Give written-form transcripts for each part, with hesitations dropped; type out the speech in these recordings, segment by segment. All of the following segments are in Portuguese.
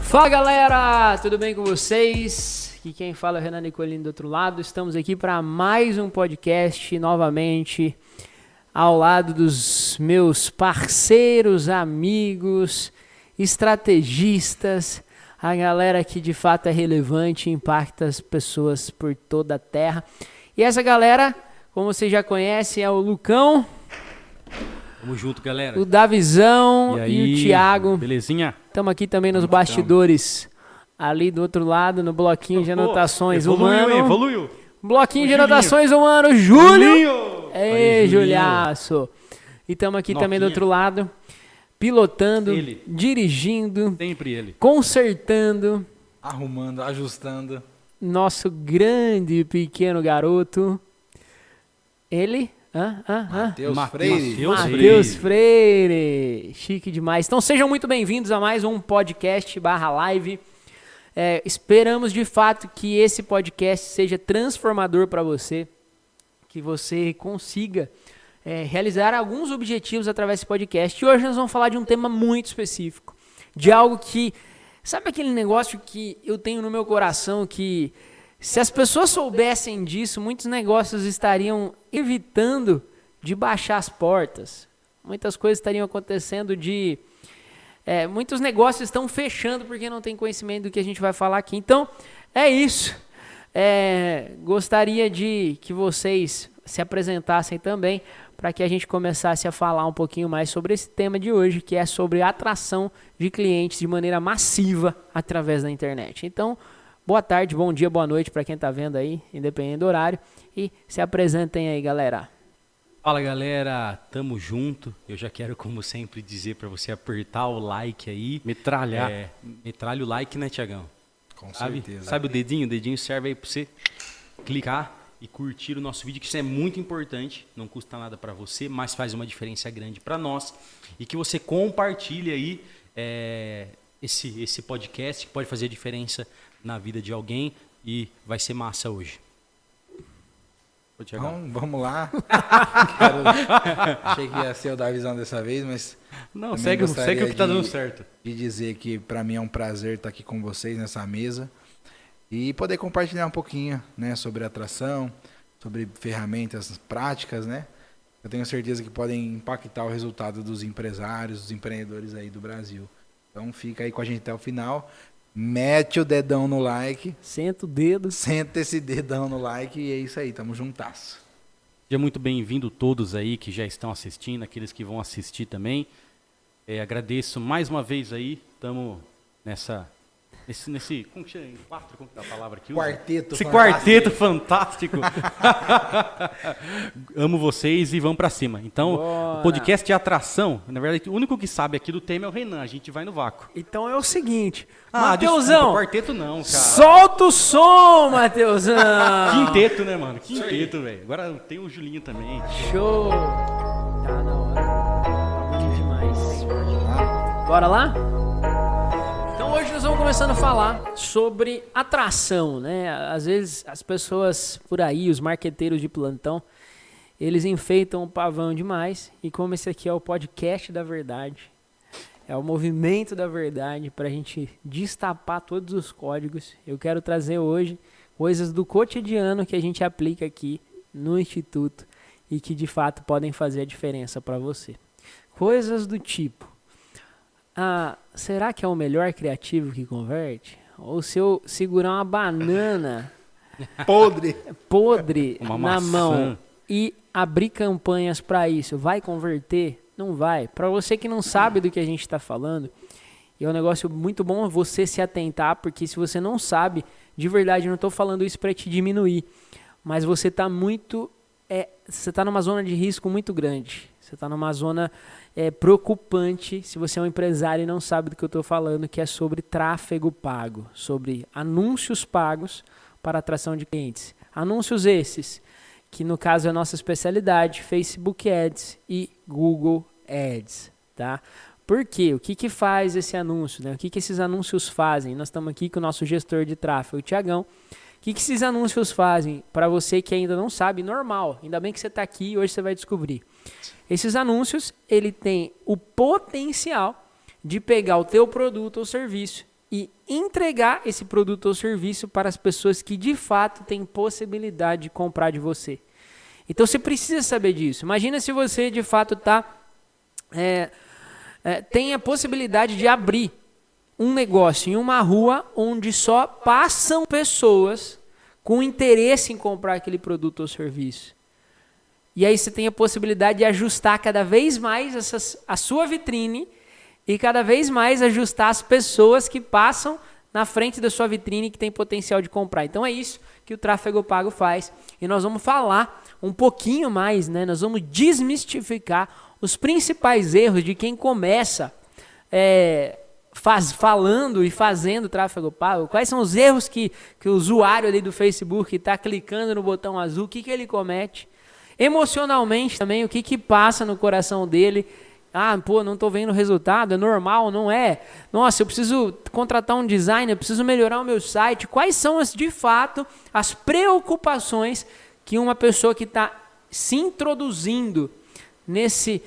Fala galera, tudo bem com vocês? Aqui quem fala é o Renan Nicolini do outro lado. Estamos aqui para mais um podcast novamente ao lado dos meus parceiros, amigos, estrategistas, a galera que de fato é relevante e impacta as pessoas por toda a terra. E essa galera, como vocês já conhecem, é o Lucão. Tamo junto, galera. O Davizão e o Thiago. Belezinha? Estamos aqui também nos bastidores, ali do outro lado, no bloquinho de anotações humano. Evoluiu. Bloquinho de anotações humano, Júlio. Ei, Julinho. Juliaço. E estamos aqui também do outro lado, pilotando, dirigindo, Sempre ele. consertando. Arrumando, ajustando. Nosso grande pequeno garoto. Ele... Matheus Freire. Chique demais. Então sejam muito bem-vindos a mais um podcast /live. Esperamos de fato que esse podcast seja transformador para você, que você consiga realizar alguns objetivos através desse podcast. E hoje nós vamos falar de um tema muito específico, de algo que, sabe aquele negócio que eu tenho no meu coração que se as pessoas soubessem disso, muitos negócios estariam evitando de baixar as portas. Muitas coisas estariam acontecendo muitos negócios estão fechando porque não tem conhecimento do que a gente vai falar aqui. Então, é isso. Gostaria de que vocês se apresentassem também para que a gente começasse a falar um pouquinho mais sobre esse tema de hoje, que é sobre a atração de clientes de maneira massiva através da internet. Então, boa tarde, bom dia, boa noite para quem está vendo aí, independente do horário. E se apresentem aí, galera. Fala, galera. Tamo junto. Eu já quero, como sempre, dizer para você apertar o like aí. Metralhar. Metralha o like, né, Thiagão? Com certeza. Sabe o dedinho? O dedinho serve aí para você clicar e curtir o nosso vídeo, que isso é muito importante. Não custa nada para você, mas faz uma diferença grande para nós. E que você compartilhe aí esse podcast, que pode fazer diferença na vida de alguém, e vai ser massa hoje. Então, vamos lá. Achei que ia ser o Davizão dessa vez, mas... Não, segue o que tá dando certo. De dizer que para mim é um prazer estar aqui com vocês nessa mesa e poder compartilhar um pouquinho, né, sobre atração, sobre ferramentas práticas, né? Eu tenho certeza que podem impactar o resultado dos empresários, dos empreendedores aí do Brasil. Então fica aí com a gente até o final. Mete o dedão no like. Senta o dedo. Senta esse dedão no like e é isso aí, tamo juntasso. Seja muito bem-vindo todos aí que já estão assistindo, aqueles que vão assistir também. Agradeço mais uma vez aí, estamos nesse como que é a palavra aqui? Quarteto fantástico. Amo vocês e vamos pra cima. Então, Bora. O podcast de atração, na verdade, o único que sabe aqui do tema é o Renan, a gente vai no vácuo. Então é o seguinte, Matheusão, Matheusão, quarteto não, cara. solta o som, Matheusão. Quinteto, né, mano? Quinteto, velho. Agora tem o Julinho também. Show. Tá na hora. Bonito demais. Bora lá? Então hoje nós vamos começando a falar sobre atração, né? Às vezes as pessoas por aí, os marqueteiros de plantão, eles enfeitam o pavão demais. E como esse aqui é o podcast da verdade, é o movimento da verdade, para a gente destapar todos os códigos, eu quero trazer hoje coisas do cotidiano que a gente aplica aqui no Instituto e que de fato podem fazer a diferença para você. Coisas do tipo... será que é o melhor criativo que converte? Ou se eu segurar uma banana podre na mão e abrir campanhas para isso, vai converter? Não vai. Para você que não sabe do que a gente está falando, é um negócio muito bom você se atentar, porque se você não sabe, de verdade, eu não estou falando isso para te diminuir, mas você está você está numa zona de risco muito grande. Você está numa zona preocupante se você é um empresário e não sabe do que eu estou falando, que é sobre tráfego pago, sobre anúncios pagos para atração de clientes. Anúncios esses, que no caso é a nossa especialidade, Facebook Ads e Google Ads, tá? Por quê? O que faz esse anúncio, né? O que esses anúncios fazem? Nós estamos aqui com o nosso gestor de tráfego, o Thiagão. O que esses anúncios fazem? Para você que ainda não sabe, normal. Ainda bem que você está aqui e hoje você vai descobrir. Esses anúncios, ele tem o potencial de pegar o teu produto ou serviço e entregar esse produto ou serviço para as pessoas que de fato têm possibilidade de comprar de você. Então você precisa saber disso. Imagina se você de fato tem a possibilidade de abrir um negócio em uma rua onde só passam pessoas com interesse em comprar aquele produto ou serviço. E aí você tem a possibilidade de ajustar cada vez mais a sua vitrine e cada vez mais ajustar as pessoas que passam na frente da sua vitrine que tem potencial de comprar. Então é isso que o tráfego pago faz. E nós vamos falar um pouquinho mais, né? Nós vamos desmistificar os principais erros de quem começa falando e fazendo tráfego pago. Quais são os erros que o usuário ali do Facebook está clicando no botão azul, o que ele comete? Emocionalmente também, o que passa no coração dele. Não estou vendo resultado, é normal, não é? Nossa, eu preciso contratar um designer, eu preciso melhorar o meu site. Quais são, de fato, as preocupações que uma pessoa que está se introduzindo nesse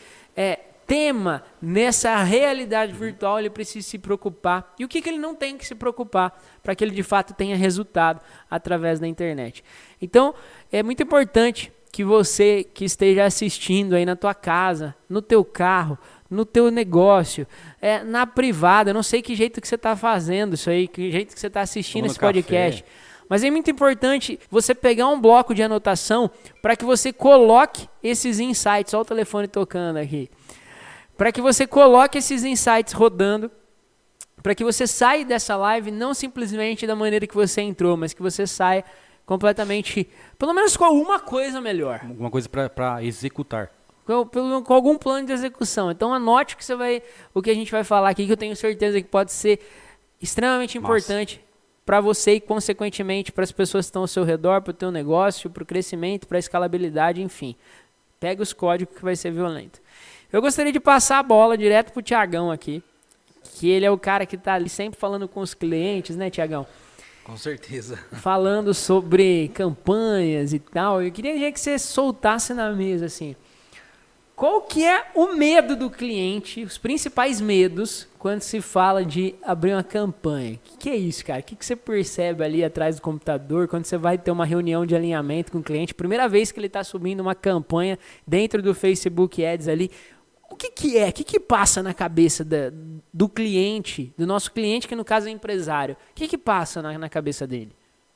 tema, nessa realidade virtual, ele precisa se preocupar? E o que ele não tem que se preocupar para que ele, de fato, tenha resultado através da internet? Então, é muito importante que você que esteja assistindo aí na tua casa, no teu carro, no teu negócio, na privada, eu não sei que jeito que você está fazendo isso aí, que jeito que você está assistindo esse podcast, mas é muito importante você pegar um bloco de anotação para que você coloque esses insights, olha o telefone tocando aqui, para que você coloque esses insights rodando, para que você saia dessa live não simplesmente da maneira que você entrou, mas que você saia completamente, pelo menos com alguma coisa melhor. Alguma coisa para executar. Com algum plano de execução. Então anote o que a gente vai falar aqui, que eu tenho certeza que pode ser extremamente importante para você e, consequentemente, para as pessoas que estão ao seu redor, para o teu negócio, para o crescimento, para a escalabilidade, enfim. Pega os códigos que vai ser violento. Eu gostaria de passar a bola direto para o Tiagão aqui, que ele é o cara que está ali sempre falando com os clientes, né, Tiagão? Com certeza. Falando sobre campanhas e tal, eu queria que você soltasse na mesa, assim, qual que é o medo do cliente, os principais medos, quando se fala de abrir uma campanha? O que é isso, cara? O que você percebe ali atrás do computador, quando você vai ter uma reunião de alinhamento com o cliente, primeira vez que ele está subindo uma campanha dentro do Facebook Ads ali, o que é? O que passa na cabeça do cliente, do nosso cliente, que no caso é empresário? O que passa na cabeça dele?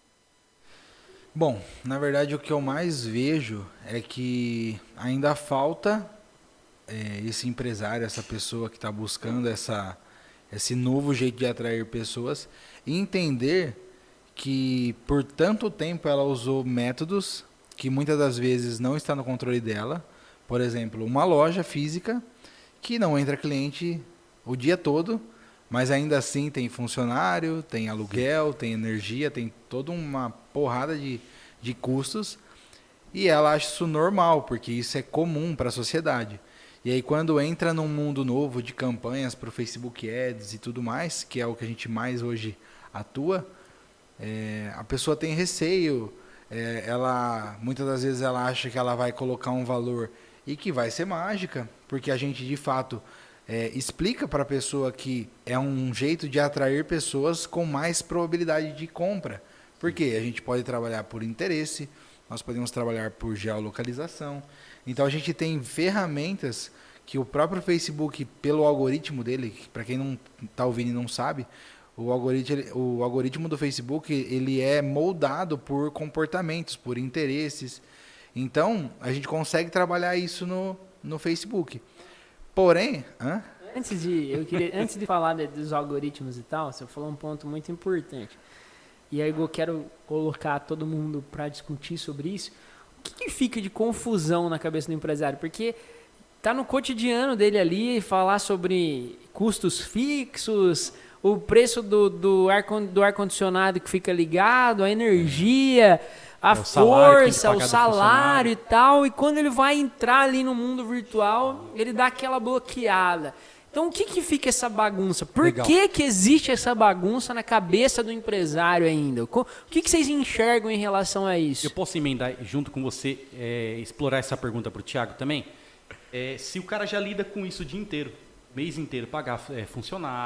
Bom, na verdade o que eu mais vejo é que ainda falta esse empresário, essa pessoa que está buscando esse novo jeito de atrair pessoas, e entender que por tanto tempo ela usou métodos que muitas das vezes não está no controle dela. Por exemplo, uma loja física que não entra cliente o dia todo, mas ainda assim tem funcionário, tem aluguel, tem energia, tem toda uma porrada de custos, e ela acha isso normal, porque isso é comum para a sociedade. E aí quando entra num mundo novo de campanhas para o Facebook Ads e tudo mais, que é o que a gente mais hoje atua, a pessoa tem receio, muitas das vezes ela acha que ela vai colocar um valor e que vai ser mágica, porque a gente de fato explica para a pessoa que é um jeito de atrair pessoas com mais probabilidade de compra. Porque a gente pode trabalhar por interesse, nós podemos trabalhar por geolocalização. Então a gente tem ferramentas que o próprio Facebook, pelo algoritmo dele, para quem não está ouvindo e não sabe, o algoritmo do Facebook ele é moldado por comportamentos, por interesses. Então, a gente consegue trabalhar isso no Facebook. Porém... Antes de falar dos algoritmos e tal, você falou um ponto muito importante. E aí eu quero colocar todo mundo para discutir sobre isso. O que fica de confusão na cabeça do empresário? Porque tá no cotidiano dele ali falar sobre custos fixos, o preço do ar-condicionado que fica ligado, a energia... a força, o salário e tal, e quando ele vai entrar ali no mundo virtual, ele dá aquela bloqueada. Então, o que fica essa bagunça? Por que existe essa bagunça na cabeça do empresário ainda? O que vocês enxergam em relação a isso? Eu posso emendar junto com você, explorar essa pergunta para o Thiago também? Se o cara já lida com isso o dia inteiro, mês inteiro, pagar funcionário,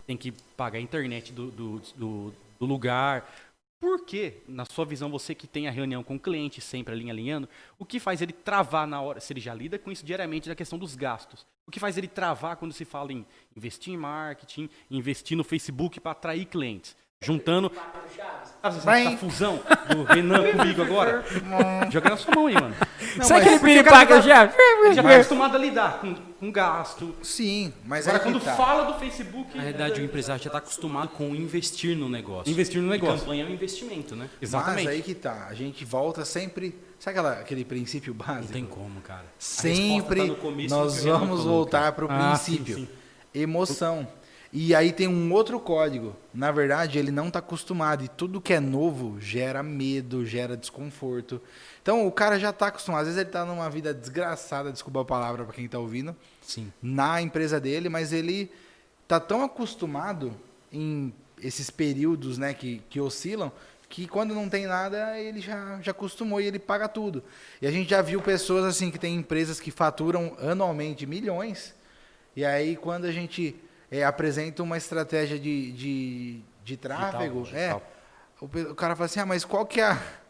tem que pagar a internet do lugar. Por que, na sua visão, você que tem a reunião com o cliente, sempre alinhando, o que faz ele travar na hora, se ele já lida com isso diariamente, da questão dos gastos? O que faz ele travar quando se fala em investir em marketing, investir no Facebook para atrair clientes? Juntando essa fusão do Renan comigo agora. Joga na sua mão aí, mano. Sabe aquele piripaca já? Ele já está acostumado a lidar com gasto. Sim, mas Agora, quando tá. fala do Facebook... Na verdade, o empresário já está acostumado com investir no negócio. Investir no negócio. E campanha é um investimento, né? Exatamente. Mas aí que tá. A gente volta sempre... Sabe aquele princípio básico? Não tem como, cara. Sempre tá no começo, nós no que o Renan vamos falou, voltar para o princípio. sim. Emoção. E aí tem um outro código. Na verdade, ele não está acostumado. E tudo que é novo gera medo, gera desconforto. Então, o cara já está acostumado. Às vezes ele está numa vida desgraçada, desculpa a palavra para quem está ouvindo, Sim. na empresa dele, mas ele está tão acostumado em esses períodos, né, que oscilam, que quando não tem nada, ele já acostumou e ele paga tudo. E a gente já viu pessoas assim que tem empresas que faturam anualmente milhões, e aí quando a gente apresenta uma estratégia de tráfego, Digital. o cara fala assim, mas qual que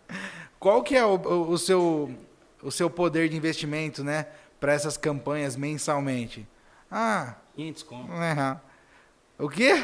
é o seu poder de investimento, né, para essas campanhas mensalmente? 500 conto. O quê?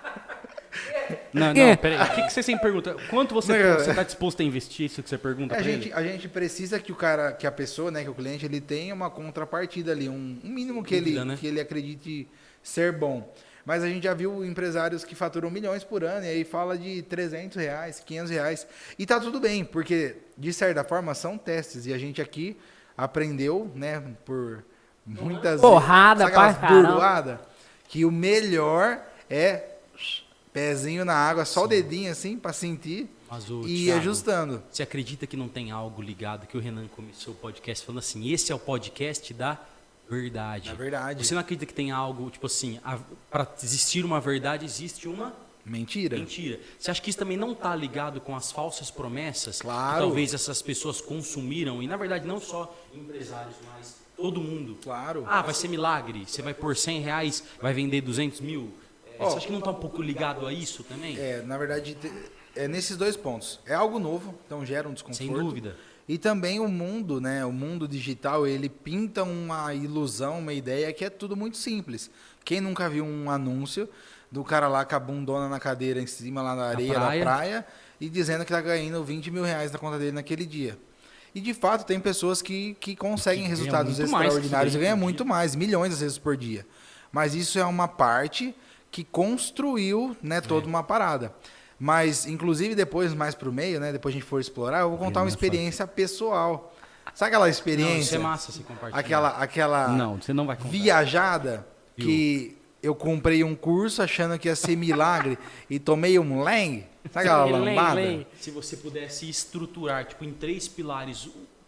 Não, peraí. O que você sempre pergunta? Quanto você está disposto a investir? Isso que você pergunta para ele? A gente precisa que a pessoa, né, que o cliente, ele tenha uma contrapartida ali, um mínimo que ele acredite ser bom. Mas a gente já viu empresários que faturam milhões por ano e aí fala de R$300, R$500. E tá tudo bem, porque de certa forma são testes. E a gente aqui aprendeu, né, por muitas porrada pra burdoada, que o melhor é pezinho na água, só o dedinho assim para sentir e ir ajustando. Você acredita que não tem algo ligado que o Renan começou o podcast falando assim, esse é o podcast da verdade. É verdade. Você não acredita que tem algo, tipo assim, para existir uma verdade, existe uma mentira. Você acha que isso também não está ligado com as falsas promessas Claro. que talvez essas pessoas consumiram? E, na verdade, não só empresários, mas todo mundo. Claro. Vai ser milagre. Você vai por R$100, vai vender 200 mil. Você acha que não está um pouco ligado a isso também? Na verdade, é nesses dois pontos. É algo novo, então gera um desconforto. Sem dúvida. E também o mundo, né? O mundo digital, ele pinta uma ilusão, uma ideia que é tudo muito simples. Quem nunca viu um anúncio do cara lá com a bundona na cadeira em cima, lá na areia da praia, e dizendo que está ganhando R$20 mil na conta dele naquele dia. E de fato tem pessoas que conseguem resultados extraordinários e ganham muito mais, milhões às vezes por dia. Mas isso é uma parte que construiu, né, toda uma parada. Mas, inclusive, depois, mais pro meio, né, depois a gente for explorar, eu vou contar uma experiência pessoal. Sabe aquela experiência? Não, isso é massa você compartilhar. Aquela Não, você não vai contar. Viajada que eu comprei um curso achando que ia ser milagre e tomei um leng. Sabe aquela lambada? Se você pudesse estruturar, tipo, em 3 pilares,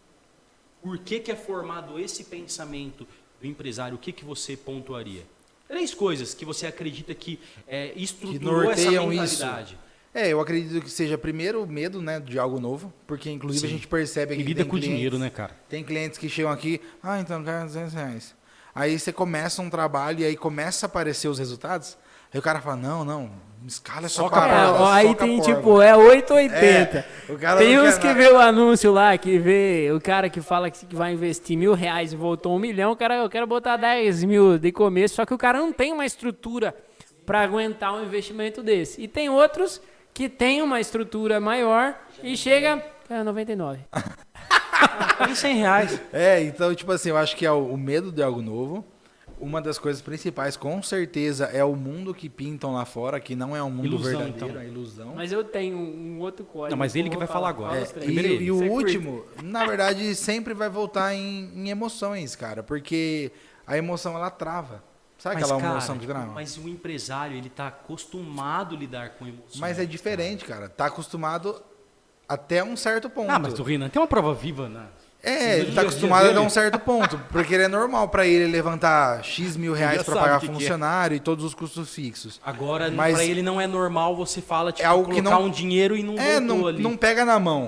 por que é formado esse pensamento do empresário, o que você pontuaria? 3 coisas que você acredita que estruturou essa mentalidade. Isso. Eu acredito que seja primeiro o medo, né, de algo novo, porque inclusive a gente percebe aqui que lida com dinheiro, né, cara? Tem clientes que chegam aqui, então quero R$200. Aí você começa um trabalho e aí começa a aparecer os resultados, aí o cara fala, não, escala essa parada. Aí tem tipo, 880. Tem uns que vê o anúncio lá, que vê o cara que fala que vai investir R$1.000 e voltou 1 milhão, o cara, eu quero botar 10 mil de começo, só que o cara não tem uma estrutura para aguentar um investimento desse. E tem outros que tem uma estrutura maior e chega a 99. R$100. Então, tipo assim, eu acho que é o medo de algo novo. Uma das coisas principais, com certeza, é o mundo que pintam lá fora, que não é um mundo verdadeiro, é ilusão. Mas eu tenho um outro código. Não, mas ele que vai falar agora. E o último, na verdade, sempre vai voltar em emoções, cara, porque a emoção, ela trava. Sabe aquela emoção que trava? Mas o empresário, ele tá acostumado a lidar com emoções. Mas é diferente, cara. Tá acostumado até um certo ponto. Mas o Renan tem uma prova viva, né? Ele tá acostumado a dar um certo ponto, porque é normal para ele levantar X mil reais para pagar funcionário e todos os custos fixos. Agora, para ele não é normal, você fala, tipo, algo colocar um dinheiro e não voltou ali. Não pega na mão.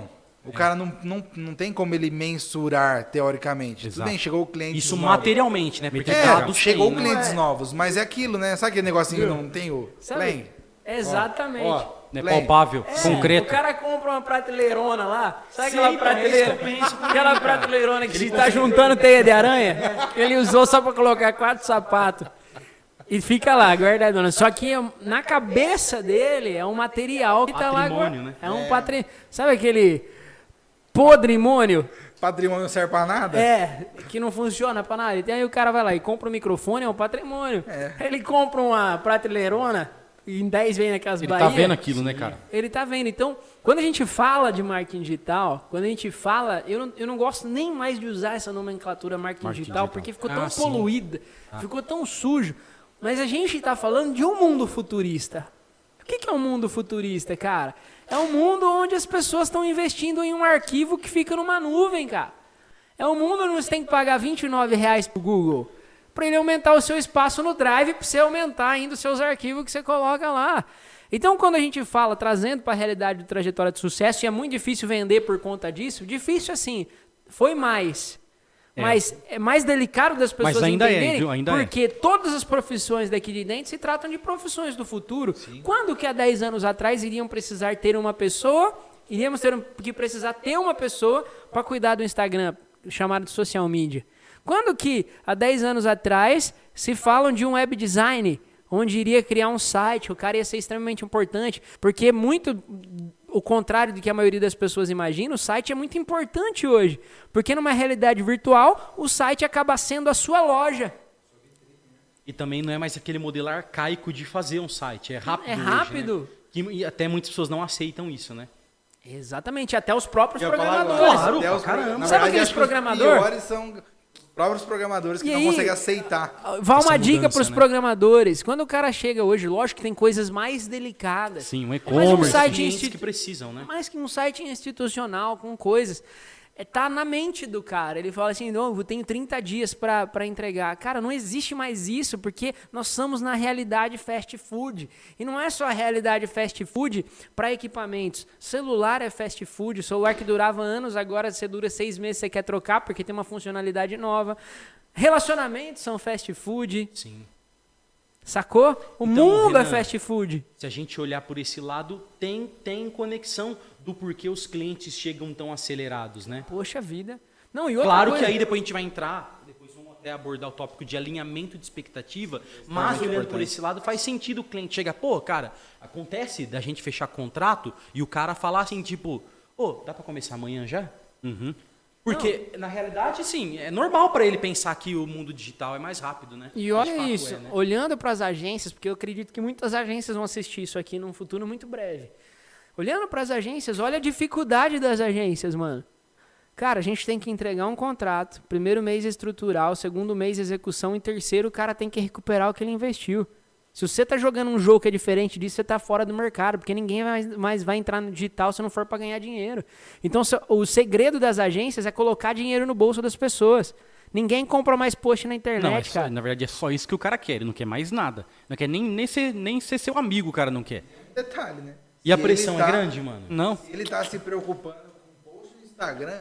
O cara não tem como ele mensurar teoricamente. Exato. Tudo bem, chegou o cliente. Isso materialmente, né? Porque dados chegou tem, né? clientes novos, mas é aquilo, né? Sabe aquele negocinho que não tem o Sabe? Play? Exatamente. Ó, Né? Play. Palpável, É, concreto. O cara compra uma prateleirona lá. Sabe Sim, aquela mas prateleira? isso que eu penso também, Aquela cara. prateleirona que se tá juntando teia de aranha? Ele usou só pra colocar 4 sapatos. E fica lá, guardadona. Só que na cabeça dele é um material que tá lá. Patrimônio, né? É um patrimônio. Sabe aquele podrimônio? Patrimônio não serve pra nada? Que não funciona pra nada. E aí o cara vai lá e compra um microfone, é um patrimônio. É. Ele compra uma prateleirona e em 10 vem naquelas Ele Bahia. tá vendo aquilo, né, cara? Ele tá vendo. Então, quando a gente fala de marketing digital, quando a gente fala... Eu não gosto nem mais de usar essa nomenclatura marketing digital, porque ficou tão sim. poluída, ficou tão sujo. Mas a gente tá falando de um mundo futurista. O que é um mundo futurista, cara? É um mundo onde as pessoas estão investindo em um arquivo que fica numa nuvem, cara. É um mundo onde você tem que pagar R$29 pro Google para ele aumentar o seu espaço no Drive, para você aumentar ainda os seus arquivos que você coloca lá. Então, quando a gente fala, trazendo para a realidade de trajetória de sucesso, e é muito difícil vender por conta disso, difícil assim, foi mais. Mas é mais delicado das pessoas Mas ainda entenderem, viu? Ainda porque todas as profissões daqui de dentro se tratam de profissões do futuro. Quando que há 10 anos atrás iriam precisar ter uma pessoa, iríamos ter que precisar ter uma pessoa para cuidar do Instagram, chamado de social media? Quando que, há 10 anos atrás, se falam de um web design, onde iria criar um site, o cara ia ser extremamente importante, porque muito o contrário do que a maioria das pessoas imagina, o site é muito importante hoje, porque numa realidade virtual, o site acaba sendo a sua loja. E também não é mais aquele modelo arcaico de fazer um site, é rápido. É rápido. Hoje, né? E até muitas pessoas não aceitam isso, né? Exatamente, até os próprios Eu ia falar programadores. agora, Claro, até os caramba. na Sabe verdade, aqueles acho que os programador? piores são os próprios programadores que E não aí, conseguem aceitar. Vai essa uma dica mudança, para os né? programadores. Quando o cara chega hoje, lógico que tem coisas mais delicadas. Sim, um Mas e-commerce. site Clientes que precisam, né? mais que um site institucional com coisas. Tá na mente do cara. Ele fala assim, não, eu tenho 30 dias para entregar. Cara, não existe mais isso, porque nós estamos na realidade fast food. E não é só a realidade fast food para equipamentos. Celular é fast food. Celular que durava anos, agora você dura 6 meses, você quer trocar porque tem uma funcionalidade nova. Relacionamentos são fast food. Sim. Sacou? O Então, mundo é Renan, fast food. Se a gente olhar por esse lado, tem conexão do porquê os clientes chegam tão acelerados, né? Poxa vida. Não, e outra Claro coisa, que aí depois a gente vai entrar, depois vamos até abordar o tópico de alinhamento de expectativa, mas olhando por esse lado, faz sentido o cliente chegar, pô, cara, acontece da gente fechar contrato e o cara falar assim, tipo, ô, dá pra começar amanhã já? Uhum. Porque, na realidade, sim, é normal para ele pensar que o mundo digital é mais rápido, né? E De olha fato isso, é, né? olhando para as agências, porque eu acredito que muitas agências vão assistir isso aqui num futuro muito breve. Olhando para as agências, olha a dificuldade das agências, mano. Cara, a gente tem que entregar um contrato, primeiro mês estrutural, segundo mês execução e terceiro o cara tem que recuperar o que ele investiu. Se você tá jogando um jogo que é diferente disso, você tá fora do mercado, porque ninguém mais vai entrar no digital se não for para ganhar dinheiro. Então, o segredo das agências é colocar dinheiro no bolso das pessoas. Ninguém compra mais post na internet, Não, é só- cara. na verdade é só isso que o cara quer, ele não quer mais nada. Não quer nem ser seu amigo, o cara não quer. Detalhe, né? E a Se pressão ele é tá- grande, mano? Não. Se ele tá se preocupando com o post no Instagram,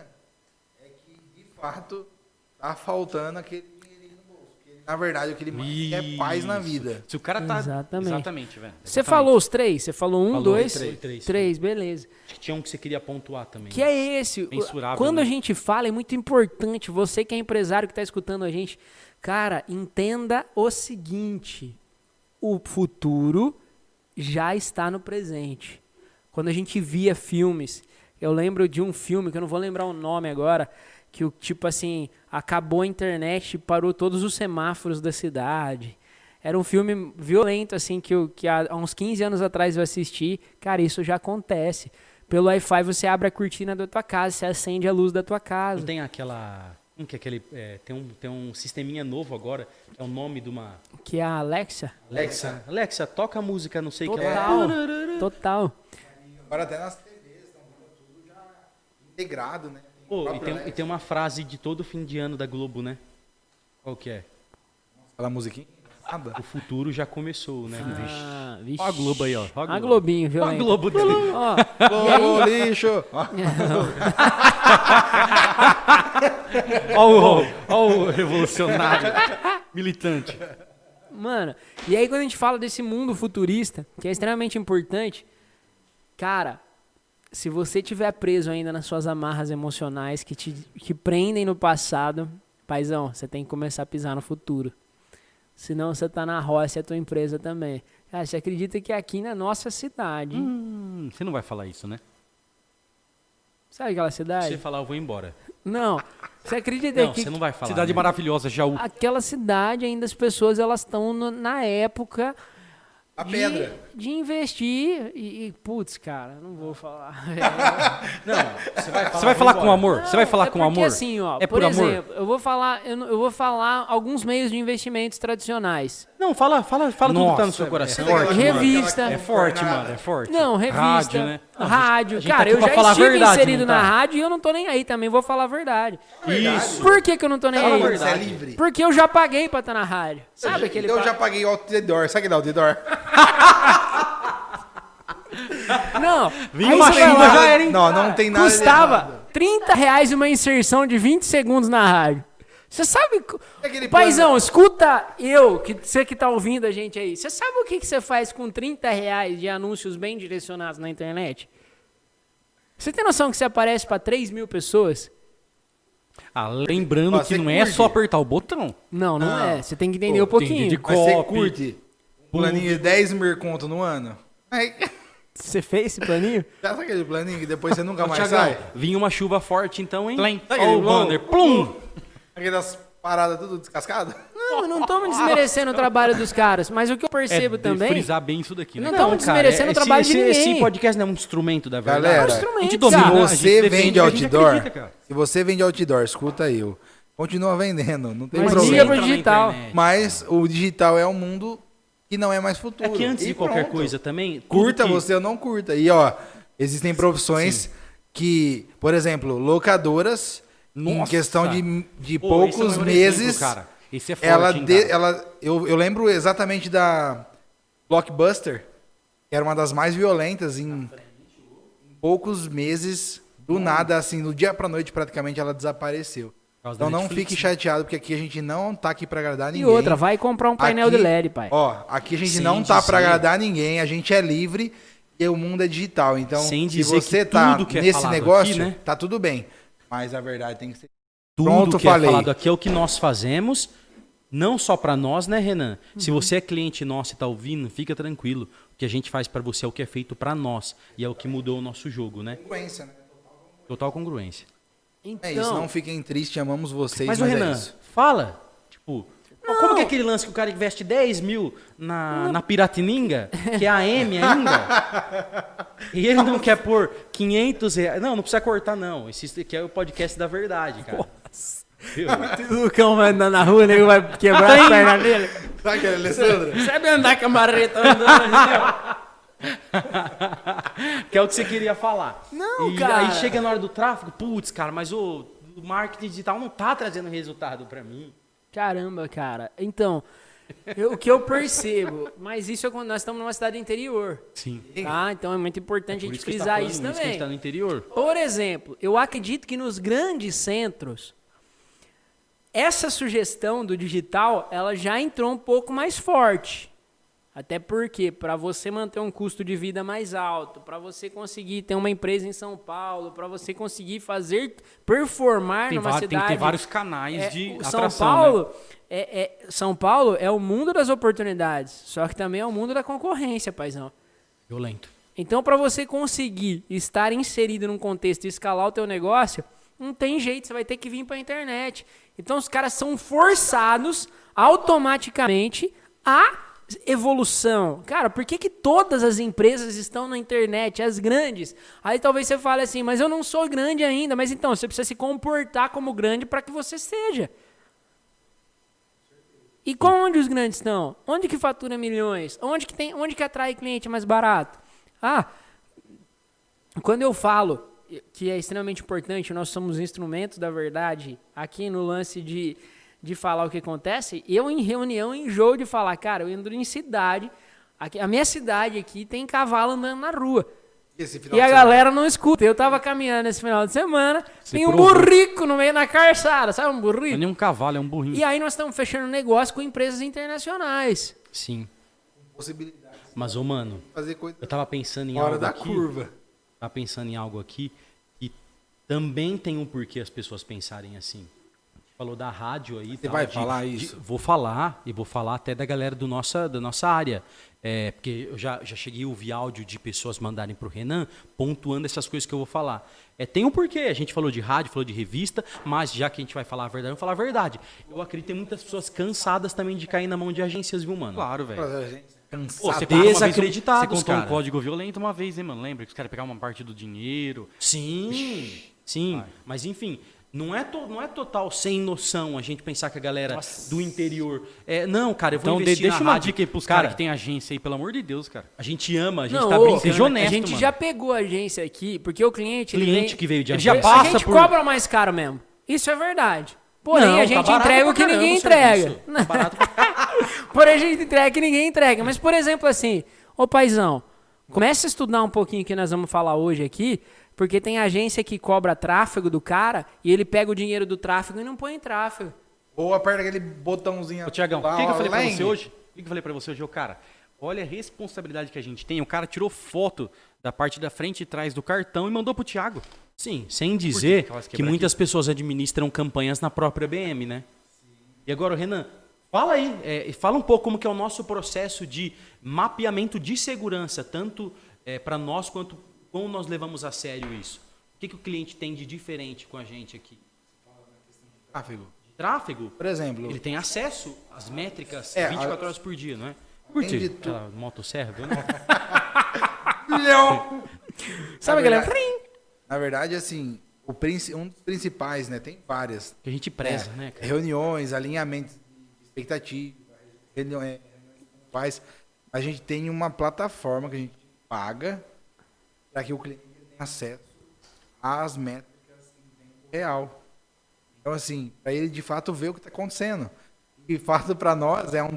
é que, de fato, tá faltando aquele dinheirinho no bolso. Porque, na verdade, o que ele mais quer é paz na Isso. vida. Se o cara tá... Exatamente. Exatamente, velho. Você Exatamente. falou os três? Você falou um, Falou, dois? três. Três, beleza. Acho que tinha um que você queria pontuar também. Que é esse. Mensurável, Quando né? a gente fala, é muito importante, você que é empresário que está escutando a gente, cara, entenda o seguinte, o futuro já está no presente. Quando a gente via filmes, eu lembro de um filme, que eu não vou lembrar o nome agora, que o tipo assim, acabou a internet e parou todos os semáforos da cidade. Era um filme violento, assim, que há uns 15 anos atrás eu assisti. Cara, isso já acontece. Pelo Wi-Fi você abre a cortina da tua casa, você acende a luz da tua casa. Não tem aquela... Como que é aquele... tem um sisteminha novo agora, que é o nome de uma... Que é a Alexa. Alexa, toca a música, não sei o que lá. Total. Total. Agora até nas TVs estão tudo já integrado, né? Pô, O e próprio tem Alexa. uma frase de todo fim de ano da Globo, né? Qual que é? Aquela musiquinha. Nada. O futuro já começou, né? Ah, Vixe. Ó a Globo aí, ó. A Globinho, viu? Ó a Globo dele. Ó, Ô, lixo! Ó o revolucionário, militante. mano, e aí quando a gente fala desse mundo futurista, que é extremamente importante, cara, se você tiver preso ainda nas suas amarras emocionais que prendem no passado, paizão, você tem que começar a pisar no futuro. Senão você tá na roça e a tua empresa também. Cara, você acredita que aqui na nossa cidade... Você não vai falar isso, né? Sabe aquela Se cidade? você falar, eu vou embora. Não. Você acredita Não, que você não vai falar. Cidade né? maravilhosa, Jaú. aquela cidade ainda as pessoas elas estão na época A pedra. de investir putz, cara, não vou falar. Não, você vai falar. Você vai falar com amor? Você vai falar é com porque, amor? assim, ó, É por por amor? exemplo, eu vou falar alguns meios de investimentos tradicionais. Não, fala tudo que tá no Nossa, seu coração. é forte, Revista. mano, É forte, mano, é forte. Não, revista, Rádio, né? rádio. a gente tá Cara, aqui eu pra já falar a estive verdade, inserido não tá? na rádio e eu não tô nem aí também, vou falar a verdade. Isso. Por que eu não tô nem Fala a aí? verdade, você é livre. Porque eu já paguei pra estar na rádio. Sabe aquele... Eu já paguei o outdoor. Sabe aquele outdoor? Não, Vinha aí uma você vai chuva, lá, já era, hein? Não, não tem nada de custava errado. R$30 uma inserção de 20 segundos na rádio. Você sabe... É aquele Paizão, plano- escuta você que tá ouvindo a gente aí. Você sabe o que você faz com R$30 de anúncios bem direcionados na internet? Você tem noção que você aparece pra 3 mil pessoas? Ah, lembrando Ó, que você não é curte? só apertar o botão. Não, não Não. é. Você tem que entender Pô, um pouquinho. de Mas você Copy. curte planinho de 10 mil conto no ano? Aí, Você fez esse planinho? já sabe aquele planinho que depois você nunca mais Thiagão, sai? vinha uma chuva forte então, hein? Plém. Sabe Ó aquele o banner, plum! Aquelas paradas tudo descascadas? Não, eu não estamos desmerecendo o trabalho dos caras, mas o que eu percebo de também... frisar bem isso daqui, né? Não estamos desmerecendo o trabalho de ninguém. Esse podcast não é um instrumento da verdade. Galera, É um instrumento, a gente cara. domina, Se a gente você defende vende o que a gente outdoor, acredita, cara. se você vende outdoor, escuta eu. Continua vendendo, não tem Mas problema. liga pro Entra na digital. internet. Mas o digital é um mundo que não é mais futuro. É que antes E de qualquer pronto. coisa também... tudo Curta que- você ou não curta. E ó, existem profissões que, por exemplo, locadoras, em Nossa. questão de Pô, esse é o poucos maior meses, exemplo, cara. Esse é forte, eu lembro exatamente da Blockbuster, que era uma das mais violentas em poucos meses, do nada, assim, do dia pra noite praticamente ela desapareceu. causa da Então não Netflix, fique chateado, porque aqui a gente não tá aqui pra agradar E ninguém. outra, vai comprar um painel de Aqui- LED, pai. Ó, aqui a gente Sem não tá pra dizer- agradar ninguém, a gente é livre e o mundo é digital. Então, Sem se dizer você que tá tudo que é nesse falado negócio, aqui, né? tá tudo bem. Mas a verdade tem que ser. Tudo Pronto, que falei. é falado aqui é o que nós fazemos, não só para nós, né, Renan? Se você é cliente nosso e tá ouvindo, fica tranquilo. O que a gente faz para você é o que é feito para nós e é o que mudou o nosso jogo, né? Congruência, né? Total congruência. Então, É isso, não fiquem tristes, amamos vocês, Mas mas, o é Renan, isso. fala, tipo, como que é aquele lance que o cara investe 10 mil na Piratininga, que é a M ainda, e ele não quer pôr 500 reais. Não precisa cortar, não. Esse aqui é o podcast da verdade, cara. Viu? o Lucão vai andar na rua, o nego vai quebrar as pernas dele. Sabe aquele Alessandro? Sabe andar com a marreta andando assim, Que é o que você queria falar. Não, e cara. aí chega na hora do tráfego, putz, cara, mas o marketing digital não tá trazendo resultado para mim. Caramba, cara. Então, o que eu percebo, mas isso é quando nós estamos numa cidade interior, Sim. tá? Então é muito importante a Por gente isso que você tá frisar falando isso que a gente também. tá no interior. Por exemplo, eu acredito que nos grandes centros, essa sugestão do digital, ela já entrou um pouco mais forte. Até porque, para você manter um custo de vida mais alto, para você conseguir ter uma empresa em São Paulo, para você conseguir performar numa cidade... Tem que ter vários canais de São atração, Paulo, São Paulo é o mundo das oportunidades, só que também é o mundo da concorrência, paizão. Violento. Então, para você conseguir estar inserido num contexto e escalar o teu negócio, não tem jeito, você vai ter que vir para a internet. Então, os caras são forçados automaticamente a evolução. Cara, por que todas as empresas estão na internet, as grandes? Aí talvez você fale assim, mas eu não sou grande ainda. Mas então, você precisa se comportar como grande para que você seja. E onde os grandes estão? Onde que fatura milhões? Onde que atrai cliente mais barato? Quando eu falo que é extremamente importante, nós somos instrumentos da verdade, aqui no lance de falar o que acontece, eu em reunião enjoo de falar, cara, eu entro em cidade, Aqui, a minha cidade aqui tem cavalo andando na rua. Esse final E a de semana. galera não escuta. Eu tava caminhando esse final de semana, Você tem um provou. burrico no meio da calçada, sabe um Não é burrico? nem um cavalo, é um burrinho. E aí nós estamos fechando negócio com empresas internacionais. Sim. Possibilidade Mas, ô, mano, de fazer coisa eu tava pensando em fora algo da aqui. curva. Tava pensando em algo aqui que também tem um porquê as pessoas pensarem assim. Falou da rádio aí. Você vai falar isso? Vou falar, e vou falar até da galera da nossa área. Porque eu já cheguei a ouvir áudio de pessoas mandarem pro Renan, pontuando essas coisas que eu vou falar. Tem um porquê. A gente falou de rádio, falou de revista, mas já que a gente vai falar a verdade, eu vou falar a verdade. Eu acredito que tem muitas pessoas cansadas também de cair na mão de agências, viu, mano? Claro, velho. Pô, você Você contou desacreditados, um cara. código violento uma vez, hein, mano? Lembra que os caras pegavam uma parte do dinheiro? Sim. Mas enfim, não é total sem noção a gente pensar que a galera do interior. Não, cara, eu vou Então investir deixa na uma rádio. dica aí pros Cara, caras que tem agência aí, pelo amor de Deus, cara. a gente ama, a gente Não, tá ô, brincando. seja honesto, a gente mano. já pegou a agência aqui, porque o cliente... ele Cliente vem- que veio de ele já agência. A passa gente por- cobra mais caro mesmo. Isso é verdade. Porém, Não, a tá gente barato entrega pra o que caramba ninguém o entrega. serviço. Tá barato pra Porém, a gente entrega o que ninguém entrega. Mas, por exemplo, assim, ô paizão, comece a estudar um pouquinho o que nós vamos falar hoje aqui, porque tem agência que cobra tráfego do cara e ele pega o dinheiro do tráfego e não põe em tráfego. Ou aperta aquele botãozinho. Ô, Tiagão, o lá, que eu ó, falei pra Lang. você hoje? O que eu falei pra você hoje? Ô, cara, olha a responsabilidade que a gente tem. O cara tirou foto da parte da frente e trás do cartão e mandou pro Thiago. Sim, sem dizer que elas que quebram muitas pessoas administram campanhas na própria BM, né? E agora, Renan, fala aí, fala um pouco como que é o nosso processo de mapeamento de segurança, tanto para nós quanto como nós levamos a sério isso. O que o cliente tem de diferente com a gente aqui? Tráfego. Tráfego, Por exemplo, ele tem acesso às métricas 24 horas por dia, não é? Além de Curte tu- aquela motosserra, viu? Né? Não. Sabe Na aquele... verdade- Na verdade, assim, um dos principais, né? Tem várias. Que a gente preza, né, cara? Reuniões, alinhamentos de expectativa, reuniões, faz. A gente tem uma plataforma que a gente paga para que o cliente tenha acesso às métricas em tempo real. Então, assim, para ele de fato ver o que está acontecendo. De fato, para nós é um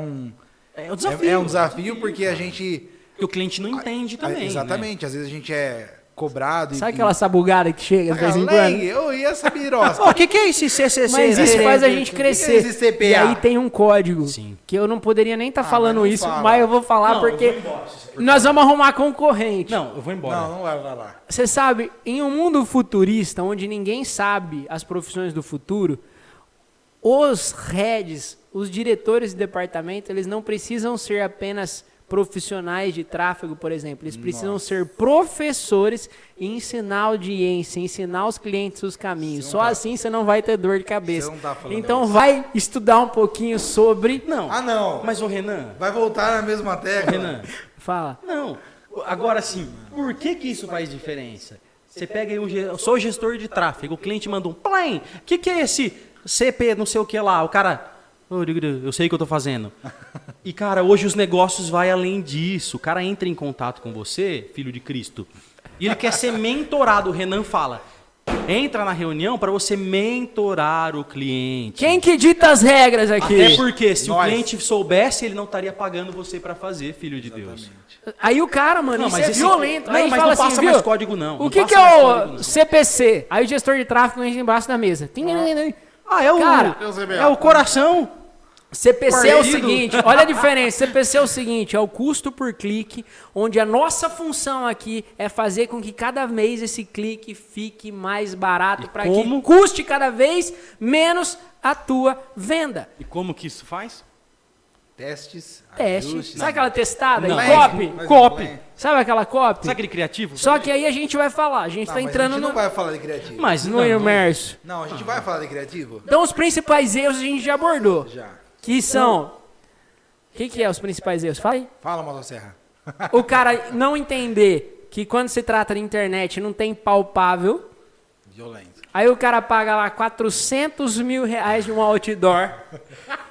desafio porque a gente. Porque o cliente não entende também, né? Exatamente, às vezes a gente é cobrado. Sabe aquela sabugada que chega de vez em quando? Eu ia saber, Rosa. O que é esse CCC? Mas isso né? faz a gente crescer. esse CPA? E aí tem um código Sim. que eu não poderia nem estar mas falando não isso, fala. mas eu vou falar Não, eu porque vou embora, nós vamos arrumar concorrente. Não, eu vou embora. Não vai lá. Você sabe, em um mundo futurista, onde ninguém sabe as profissões do futuro, os heads, os diretores de departamento, eles não precisam ser apenas profissionais de tráfego, por exemplo. Eles precisam ser professores e ensinar a audiência, ensinar os clientes os caminhos. Só assim você não vai ter dor de cabeça. Você não tá falando Então isso. vai estudar um pouquinho sobre... Não. Ah, não. Mas o Renan, Vai voltar na mesma tecla. Renan, Fala. não. Agora sim, por que isso faz diferença? Você pega aí eu sou gestor de tráfego, o cliente manda um play. O que é esse CP, não sei o que lá? O cara, eu sei o que eu tô fazendo. E cara, hoje os negócios vai além disso. O cara entra em contato com você, filho de Cristo, e ele quer ser mentorado. O Renan fala, entra na reunião para você mentorar o cliente. Quem que dita as regras aqui? Até porque se Nós. o cliente soubesse, ele não estaria pagando você para fazer, filho de Deus. Aí o cara, mano, Não, isso mas é esse- violento. não, Aí mas fala não passa assim, mais viu? código, não. O Não que passa é mais o código, não. CPC? Aí o gestor de tráfego entra embaixo da mesa. É o, Cara, é o coração. CPC é o Partido. seguinte, olha a diferença. CPC é o seguinte, é o custo por clique, onde a nossa função aqui é fazer com que cada mês esse clique fique mais barato para que como? custe cada vez menos a tua venda. E como que isso faz? Testes, Teste. ajustes. Sabe aquela testada? Não. Copy? Mas Copy. não é. Sabe aquela copy? Sabe aquele criativo? Só que aí a gente vai falar, a gente Não, tá mas entrando a gente no, não vai falar de criativo. Mas no não, imerso. Não, a gente vai falar de criativo? Então os principais erros a gente já abordou. Já. Que são... O que é os principais erros? Fala aí. Fala, Motosserra. O cara não entender que quando se trata de internet não tem palpável. Violento. Aí o cara paga lá 400 mil reais de um outdoor.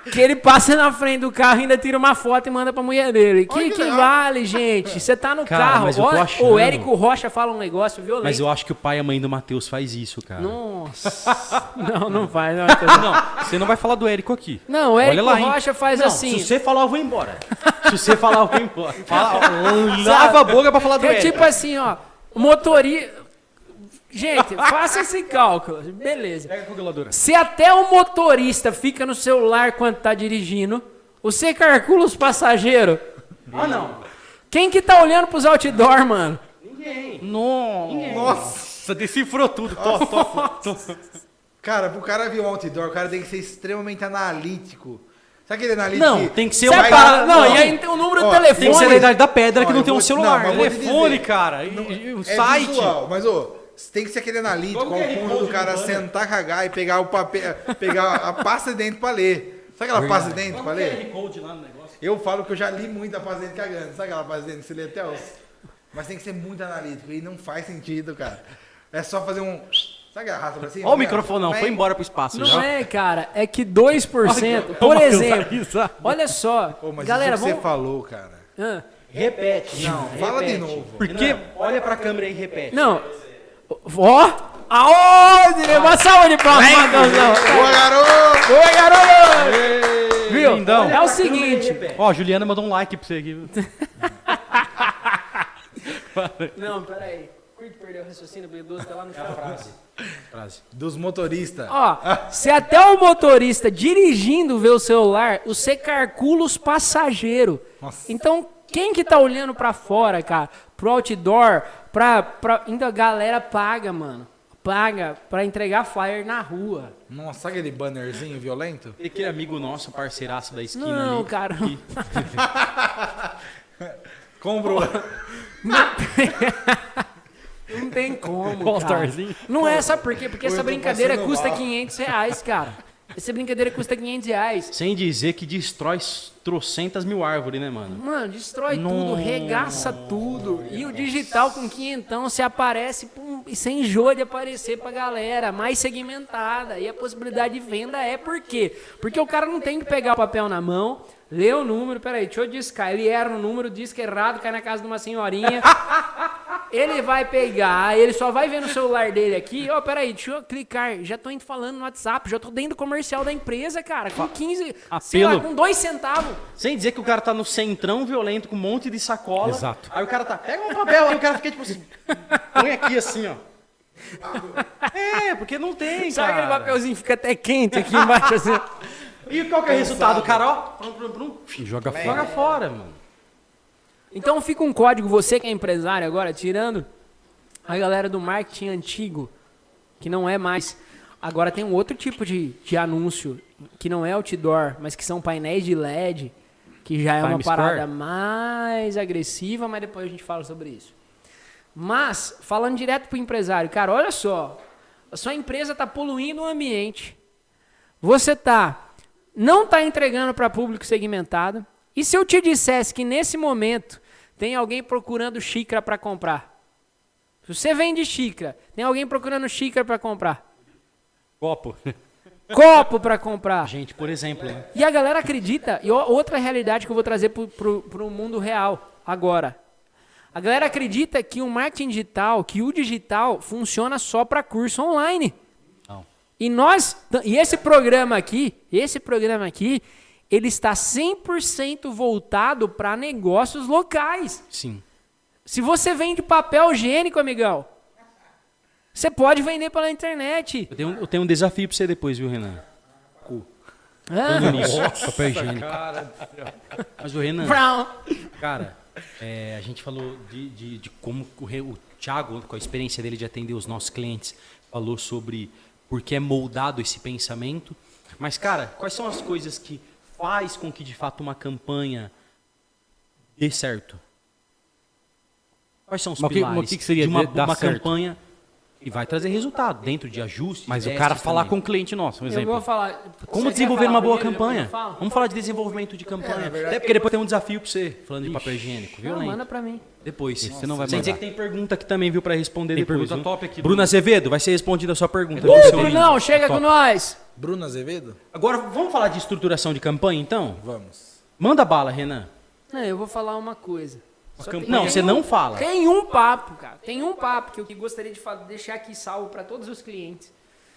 Que ele passa na frente do carro, ainda tira uma foto e manda pra mulher dele. Que vale, gente? Você tá no carro. mas eu tô Olha, achando. o Érico Rocha fala um negócio violento. Mas eu acho que o pai e a mãe do Matheus faz isso, cara. Nossa. Não faz. Não, Não, você não vai falar do Érico aqui. não, o Olha Érico lá, hein? Rocha faz Não, assim. se você falar, eu vou embora. Se você falar, eu vou embora. Lava a boca pra falar do É Érico. tipo assim, ó. Motorista. Gente, faça esse cálculo. Beleza. Pega a calculadora. Se até o motorista fica no celular quando tá dirigindo, você calcula os passageiros? Ah, não. Quem que tá olhando pros outdoor, mano? Nossa, decifrou tudo. Cara, pro cara ver um outdoor, o cara tem que ser extremamente analítico. Sabe aquele analítico? Não, tem que ser Separa- vai lá- não, ó, e aí tem o número do ó, telefone. Tem que ser na idade da pedra que Ó, não eu tem um vou- celular. não, mas vou te Telefone, dizer. cara. E o É site. visual, mas tem que ser aquele analítico, ao ponto do cara sentar, cagar e pegar o papel, pegar a pasta de dentro pra ler. Sabe aquela pasta de dentro pra ler? Eu falo que eu já li muito a pasta de dentro cagando. Sabe aquela pasta de dentro que você lê até os... Mas tem que ser muito analítico e não faz sentido, cara. É só fazer um... Sabe aquela raça pra cima? Ó o microfone, não. Vai- Foi embora pro espaço Não já. é, cara. É que 2%, por exemplo. Olha só. Pô, mas Galera, isso que vamos... você falou, cara. Ah, Repete. Não, fala de novo. Porque olha pra câmera e repete. não. Ó. Aonde? Uma salva de palmas, Matheusão. Boa, garoto! Boa, garoto! Viu? Lindão. É o seguinte. Ó, a Juliana mandou um like pra você aqui. Não, peraí. Curto perdeu o raciocínio habilidoso, tá lá no final. Frase. Dos motoristas. Ó, se até o motorista dirigindo vê o celular, você calcula os passageiros. Nossa. Então, quem que tá olhando pra fora, cara? Pro outdoor, ainda a galera paga, mano. Paga pra entregar flyer na rua. Nossa, sabe aquele bannerzinho violento? E aquele amigo nosso, parceiraço da esquina Não, ali. cara. Comprou. Não tem como, All cara. Starzinho. Não é, sabe por quê? Porque essa Eu tô brincadeira passando custa mal. R$500, cara. Essa brincadeira custa R$500. Sem dizer que destrói trocentas mil árvores, né, mano? Mano, destrói tudo, regaça tudo. E o digital com quinhentão se aparece pum, e sem enjoa de aparecer pra galera, mais segmentada. E a possibilidade de venda é por quê? Porque o cara não tem que pegar o papel na mão, ler o número, peraí, deixa eu discar. Ele erra no número, disca errado, cai na casa de uma senhorinha. Ele vai pegar, ele só vai ver no celular dele aqui, ó, peraí, deixa eu clicar, já tô indo falando no WhatsApp, já tô dentro do comercial da empresa, cara, com 15, sei lá, Apelo. com 2 centavos. Sem dizer que o cara tá no centrão violento com um monte de sacola. Exato. Aí o cara tá, pega um papel, aí o cara fica tipo assim, põe aqui assim, ó. É, porque não tem, Sabe cara. aquele papelzinho que fica até quente aqui embaixo, assim? E qual que é o resultado? O cara, ó, prum, Joga fora. joga fora, mano. Então fica um código, você que é empresário agora, tirando a galera do marketing antigo, que não é mais. Agora tem um outro tipo de anúncio, que não é outdoor, mas que são painéis de LED, que já é uma Times parada Square. mais agressiva, mas depois a gente fala sobre isso. Mas, falando direto pro empresário, cara, olha só, a sua empresa está poluindo o ambiente, você não tá entregando para público segmentado, e se eu te dissesse que nesse momento tem alguém procurando xícara para comprar? Se você vende xícara, tem alguém procurando xícara para comprar? Copo. Copo para comprar? Gente, por exemplo, né? E a galera acredita, e outra realidade que eu vou trazer pro mundo real agora. A galera acredita que o marketing digital, que o digital funciona só para curso online. Não. E esse programa aqui, ele está 100% voltado para negócios locais. Sim. Se você vende papel higiênico, amigão, você pode vender pela internet. Eu tenho um desafio pra você depois, viu, Renan? Ah, Nisso. Papel higiênico. Mas o Renan, Brown. cara, a gente falou de como o Thiago, com a experiência dele de atender os nossos clientes, falou sobre por que é moldado esse pensamento. Mas, cara, quais são as coisas que faz com que, de fato, uma campanha dê certo? Quais são os Mas o pilares que seria de uma dar certo? campanha que vai trazer resultado dentro de ajustes? Mas o testes cara falar também. com o cliente nosso, um Eu exemplo. vou falar. Como Você desenvolver quer uma falar boa primeiro, campanha? depois eu falo? Vamos falar de desenvolvimento de campanha. na verdade, Até porque depois tem um desafio pra você, falando de papel higiênico, viu, Não, Len? manda pra mim. Depois. Você não vai Sem dizer mandar. que tem pergunta aqui também, viu, pra responder Tem depois. pergunta viu? top aqui. Bruna Azevedo, vai ser respondida a sua pergunta. Então, viu, seu Brunão, lindo? chega Top. com nós. Bruno Azevedo? Agora, vamos falar de estruturação de campanha, então? Vamos. Manda bala, Renan. Não, eu vou falar uma coisa. Não, você não fala. Tem um papo, cara. Tem um papo que eu gostaria de deixar aqui salvo para todos os clientes.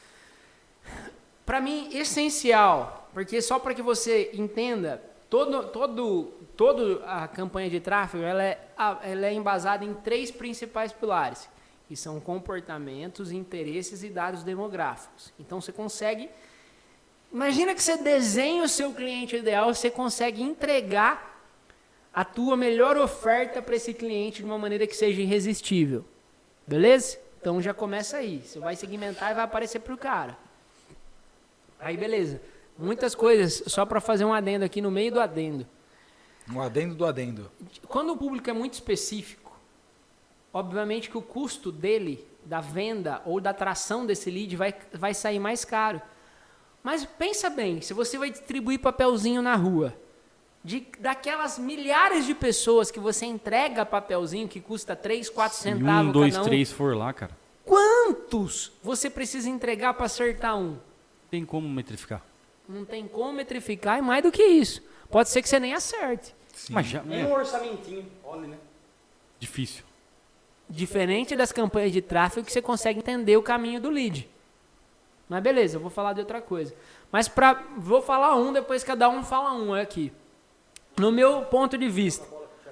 Para mim, essencial, porque só para que você entenda, toda a campanha de tráfego ela é embasada em 3 principais pilares, que são comportamentos, interesses e dados demográficos. Então você consegue... Imagina que você desenha o seu cliente ideal, você consegue entregar a tua melhor oferta para esse cliente de uma maneira que seja irresistível. Beleza? Então já começa aí. Você vai segmentar e vai aparecer pro cara. Aí beleza. Muitas coisas, só para fazer um adendo aqui no meio do adendo. Um adendo do adendo. Quando o público é muito específico, obviamente que o custo dele, da venda ou da atração desse lead vai sair mais caro. Mas pensa bem, se você vai distribuir papelzinho na rua, daquelas milhares de pessoas que você entrega papelzinho que custa 3, 4 centavos 1, 2, cada um, 3 for lá, cara. quantos você precisa entregar para acertar um? Tem como metrificar. Não tem como metrificar e mais do que isso. Pode ser que você nem acerte. Sim. Mas já É um orçamentinho, olha, né? difícil. Diferente das campanhas de tráfego que você consegue entender o caminho do lead. Mas beleza, eu vou falar de outra coisa. Mas vou falar um, depois cada um fala um aqui. No meu ponto de vista,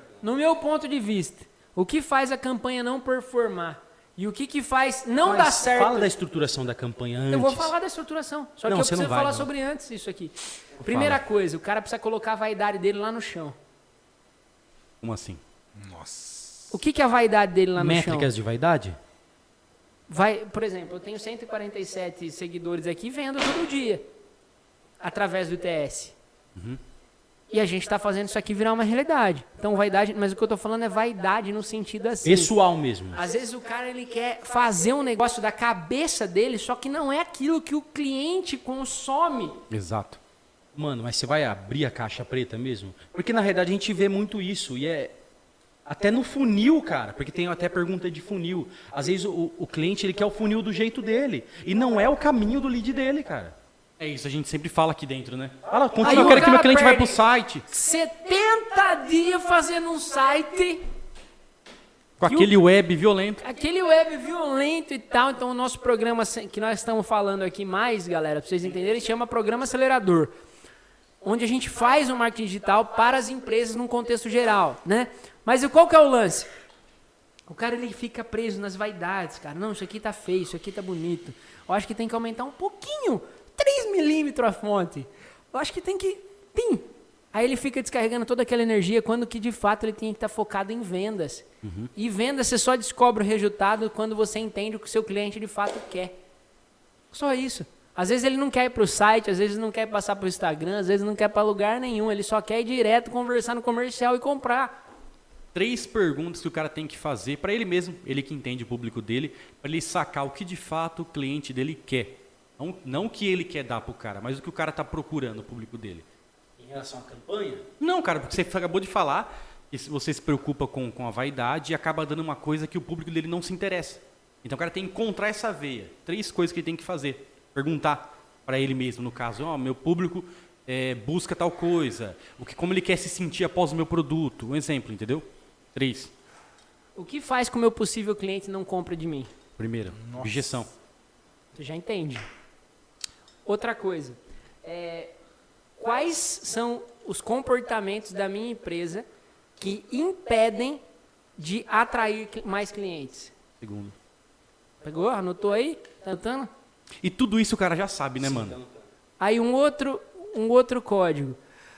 o que faz a campanha não performar e o que faz não dar certo... Fala da estruturação da campanha antes. Eu vou falar da estruturação, só que eu preciso falar sobre antes isso aqui. Primeira coisa, o cara precisa colocar a vaidade dele lá no chão. Como assim? Nossa. O que é a vaidade dele lá no chão? Métricas de vaidade? Por exemplo, eu tenho 147 seguidores aqui vendo todo dia, através do ITS. E a gente está fazendo isso aqui virar uma realidade. Então, vaidade, mas o que eu estou falando é vaidade no sentido assim. Pessoal mesmo. Às vezes o cara ele quer fazer um negócio da cabeça dele, só que não é aquilo que o cliente consome. Exato. Mano, mas você vai abrir a caixa preta mesmo? Porque na realidade a gente vê muito isso e é até no funil, cara, porque tem até pergunta de funil. Às vezes o cliente ele quer o funil do jeito dele e não é o caminho do lead dele, cara. É isso, a gente sempre fala aqui dentro, né? Fala, Aí continua. Eu quero o que meu cara cliente vai perde pro site 70 dias fazendo um site, com aquele web violento. aquele web violento e tal. Então o nosso programa que nós estamos falando aqui mais, galera, para vocês entenderem, chama Programa Acelerador. Onde a gente faz o marketing digital para as empresas num contexto geral, né? Mas qual que é o lance? O cara ele fica preso nas vaidades, cara. Não, isso aqui tá feio, isso aqui tá bonito. Eu acho que tem que aumentar um pouquinho, 3 milímetros a fonte. Eu acho que tem que... Pim! Aí ele fica descarregando toda aquela energia quando que de fato ele tem que estar focado em vendas. E vendas você só descobre o resultado quando você entende o que o seu cliente de fato quer. Só isso. Às vezes ele não quer ir para o site, às vezes não quer passar para o Instagram, às vezes não quer para lugar nenhum. Ele só quer ir direto, conversar no comercial e comprar. 3 perguntas que o cara tem que fazer para ele mesmo, ele que entende o público dele, para ele sacar o que de fato o cliente dele quer. Não o que ele quer dar pro cara, mas o que o cara tá procurando, o público dele. Em relação à campanha? Não, cara, porque você acabou de falar que você se preocupa com a vaidade e acaba dando uma coisa que o público dele não se interessa. Então o cara tem que encontrar essa veia. 3 coisas que ele tem que fazer. Perguntar para ele mesmo, no caso, meu público busca tal coisa, como ele quer se sentir após o meu produto. Um exemplo, entendeu? 3. O que faz com que o meu possível cliente não compre de mim? Primeiro, objeção. Você já entende. Outra coisa. Quais são os comportamentos da minha empresa que impedem de atrair mais clientes? Segundo. Pegou? Anotou aí? Tá anotando? E tudo isso o cara já sabe, né, mano? Aí um outro código.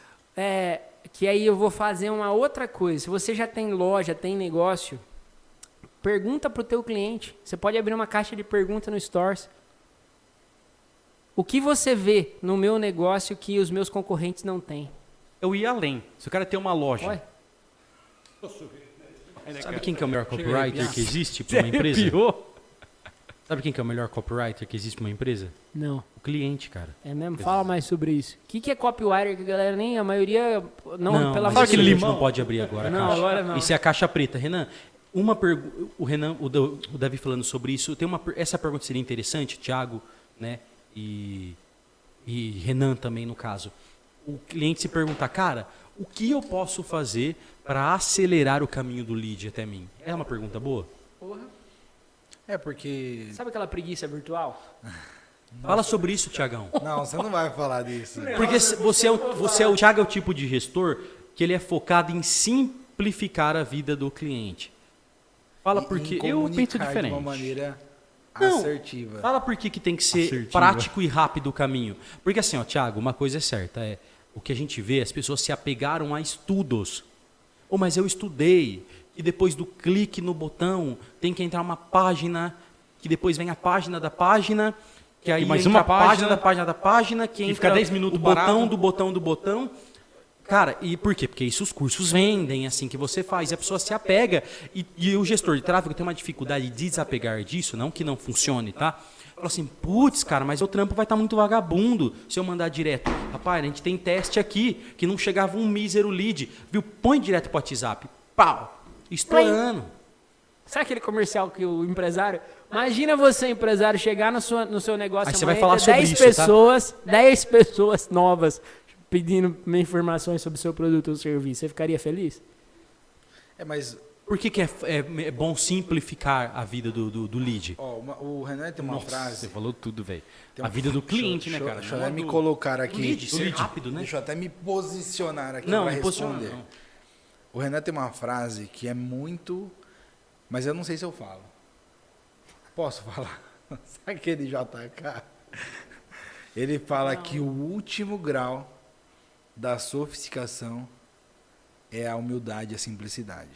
Que aí eu vou fazer uma outra coisa. Se você já tem loja, tem negócio, pergunta para o teu cliente. Você pode abrir uma caixa de pergunta no Stores. O que você vê no meu negócio que os meus concorrentes não têm? Eu ia além. Se o cara tem uma loja... Olha. Sabe quem que é o melhor copywriter que existe para uma empresa? Sabe quem que é o melhor copywriter que existe para uma empresa? Não. O cliente, cara. É mesmo? Fala mais sobre isso. O que é copywriter que a galera nem... A maioria... Não, pela mas frente. a gente não pode abrir agora a Não, caixa. agora não. Isso é a caixa preta. Renan, o Davi falando sobre isso, essa pergunta seria interessante, Thiago, né? E e Renan também no caso, o cliente se perguntar, cara, o que eu posso fazer para acelerar o caminho do lead até mim? É uma pergunta boa? Porra. É porque... Sabe aquela preguiça virtual? Fala sobre isso, Tiagão. Não, você não vai falar disso. Porque o Thiago é o tipo de gestor que ele é focado em simplificar a vida do cliente. Fala porque eu penso diferente. De uma maneira Não, assertiva. Fala por que tem que ser Assertiva. prático e rápido o caminho. Porque assim, ó, Thiago, uma coisa é certa, o que a gente vê, as pessoas se apegaram a estudos. Mas eu estudei, e depois do clique no botão, tem que entrar uma página, que depois vem a página da página, que aí mais entra uma a página página, da página da página, que entra fica 10 minutos o botão parado. do botão do botão. Cara, e por quê? Porque isso os cursos vendem, assim, que você faz, e a pessoa se apega, e o gestor de tráfego tem uma dificuldade de desapegar disso, não que não funcione, tá? Fala assim, putz, cara, mas o trampo vai estar muito vagabundo se eu mandar direto. Rapaz, a gente tem teste aqui, que não chegava um mísero lead, viu? Põe direto pro WhatsApp, pau, estourando. Sabe aquele comercial que o empresário... Imagina você, empresário, chegar no seu negócio Aí você amanhã vai falar e ter sobre 10 isso, pessoas, 10 pessoas novas pedindo informações sobre o seu produto ou serviço. Você ficaria feliz? Mas... Por que é bom simplificar a vida do lead? Ó, o Renan tem uma frase... Você falou tudo, velho. tem A vida do cliente, né, cara? Deixa eu até me colocar aqui. lead, ser rápido, né? Deixa eu até me posicionar aqui Não, para não posiciona, responder. não. O Renan tem uma frase que é muito... Mas eu não sei se eu falo. Posso falar? Sabe aquele JK? Ele fala que o último grau da sofisticação é a humildade e a simplicidade.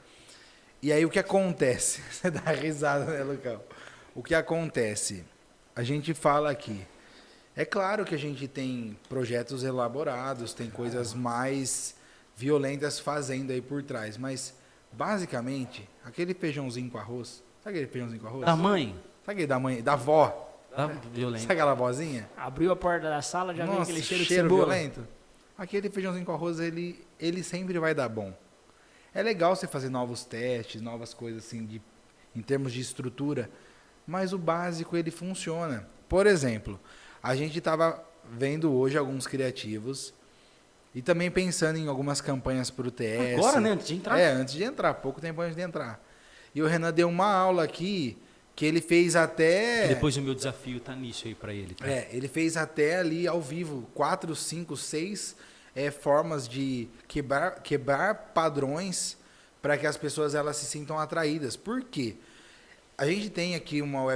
E aí o que acontece? Você dá risada, né, Lucão? O que acontece? A gente fala aqui. É claro que a gente tem projetos elaborados, tem coisas mais violentas fazendo aí por trás, mas basicamente, aquele feijãozinho com arroz, sabe aquele feijãozinho com arroz? Da mãe, Sabe aquele da mãe, da avó? tá violento. Sabe aquela vozinha? Abriu a porta da sala, já vem Nossa, aquele cheiro de cheiro cebola. violento. Aquele feijãozinho com arroz, ele sempre vai dar bom. É legal você fazer novos testes, novas coisas assim, em termos de estrutura, mas o básico ele funciona. Por exemplo, a gente estava vendo hoje alguns criativos e também pensando em algumas campanhas para o TS. Agora, né? Antes de entrar. Antes de entrar, pouco tempo antes de entrar. E o Renan deu uma aula aqui que ele fez até... E depois o meu desafio tá nisso aí pra ele. Tá? Ele fez até ali ao vivo 4, 5, 6 formas de quebrar padrões para que as pessoas elas se sintam atraídas. Por quê? A gente tem aqui uma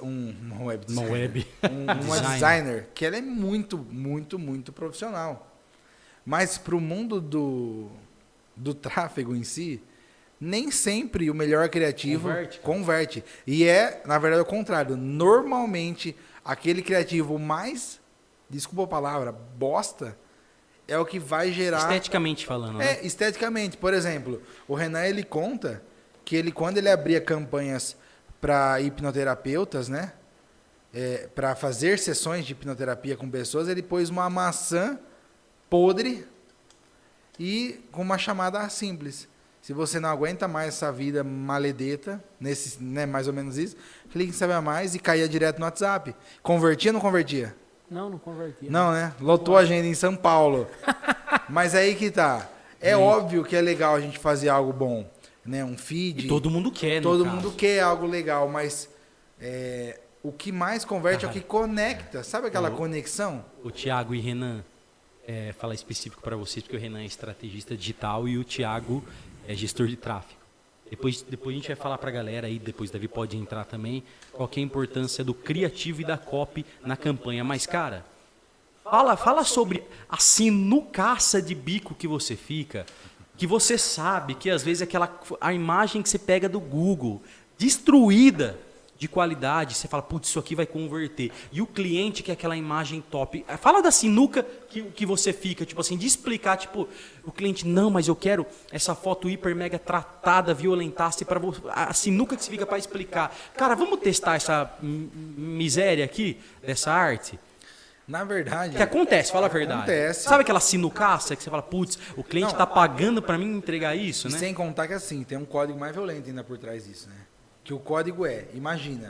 designer que ela é muito, muito, muito profissional. Mas para o mundo do tráfego em si, nem sempre o melhor criativo converte. E na verdade, o contrário. Normalmente, aquele criativo mais, desculpa a palavra, bosta, é o que vai gerar... Esteticamente falando, né? Esteticamente. Por exemplo, o Renan, ele conta que quando ele abria campanhas para hipnoterapeutas, né? Para fazer sessões de hipnoterapia com pessoas, ele pôs uma maçã podre e com uma chamada simples. Se você não aguenta mais essa vida maledeta, mais ou menos isso, clique em Saber Mais e caía direto no WhatsApp. Convertia ou não convertia? Não convertia. Não, né? Lotou a agenda em São Paulo. Mas aí que tá. É óbvio que é legal a gente fazer algo bom, né? Um feed. E todo mundo quer, né? Todo mundo quer algo legal, mas o que mais converte é o que conecta. Sabe aquela conexão? O Thiago e Renan, falar específico para vocês, porque o Renan é estrategista digital e o Thiago é gestor de tráfego. Depois a gente vai falar para a galera aí, depois o Davi pode entrar também, qual que é a importância do criativo e da copy na campanha. Mas, cara, fala sobre a sinucaça de bico que você fica, que você sabe que às vezes a imagem que você pega do Google, destruída de qualidade, você fala, putz, isso aqui vai converter. E o cliente quer aquela imagem top. Fala da sinuca que você fica, tipo assim, de explicar, tipo, o cliente, não, mas eu quero essa foto hiper mega tratada, violentasse para você. A sinuca que você fica para explicar. Cara, vamos testar essa miséria aqui, dessa arte? Na verdade... Que acontece, fala a verdade. Acontece. Sabe aquela sinucaça que você fala, putz, o cliente está pagando para mim entregar isso, né? Sem contar que assim, tem um código mais violento ainda por trás disso, né? Que o código imagina,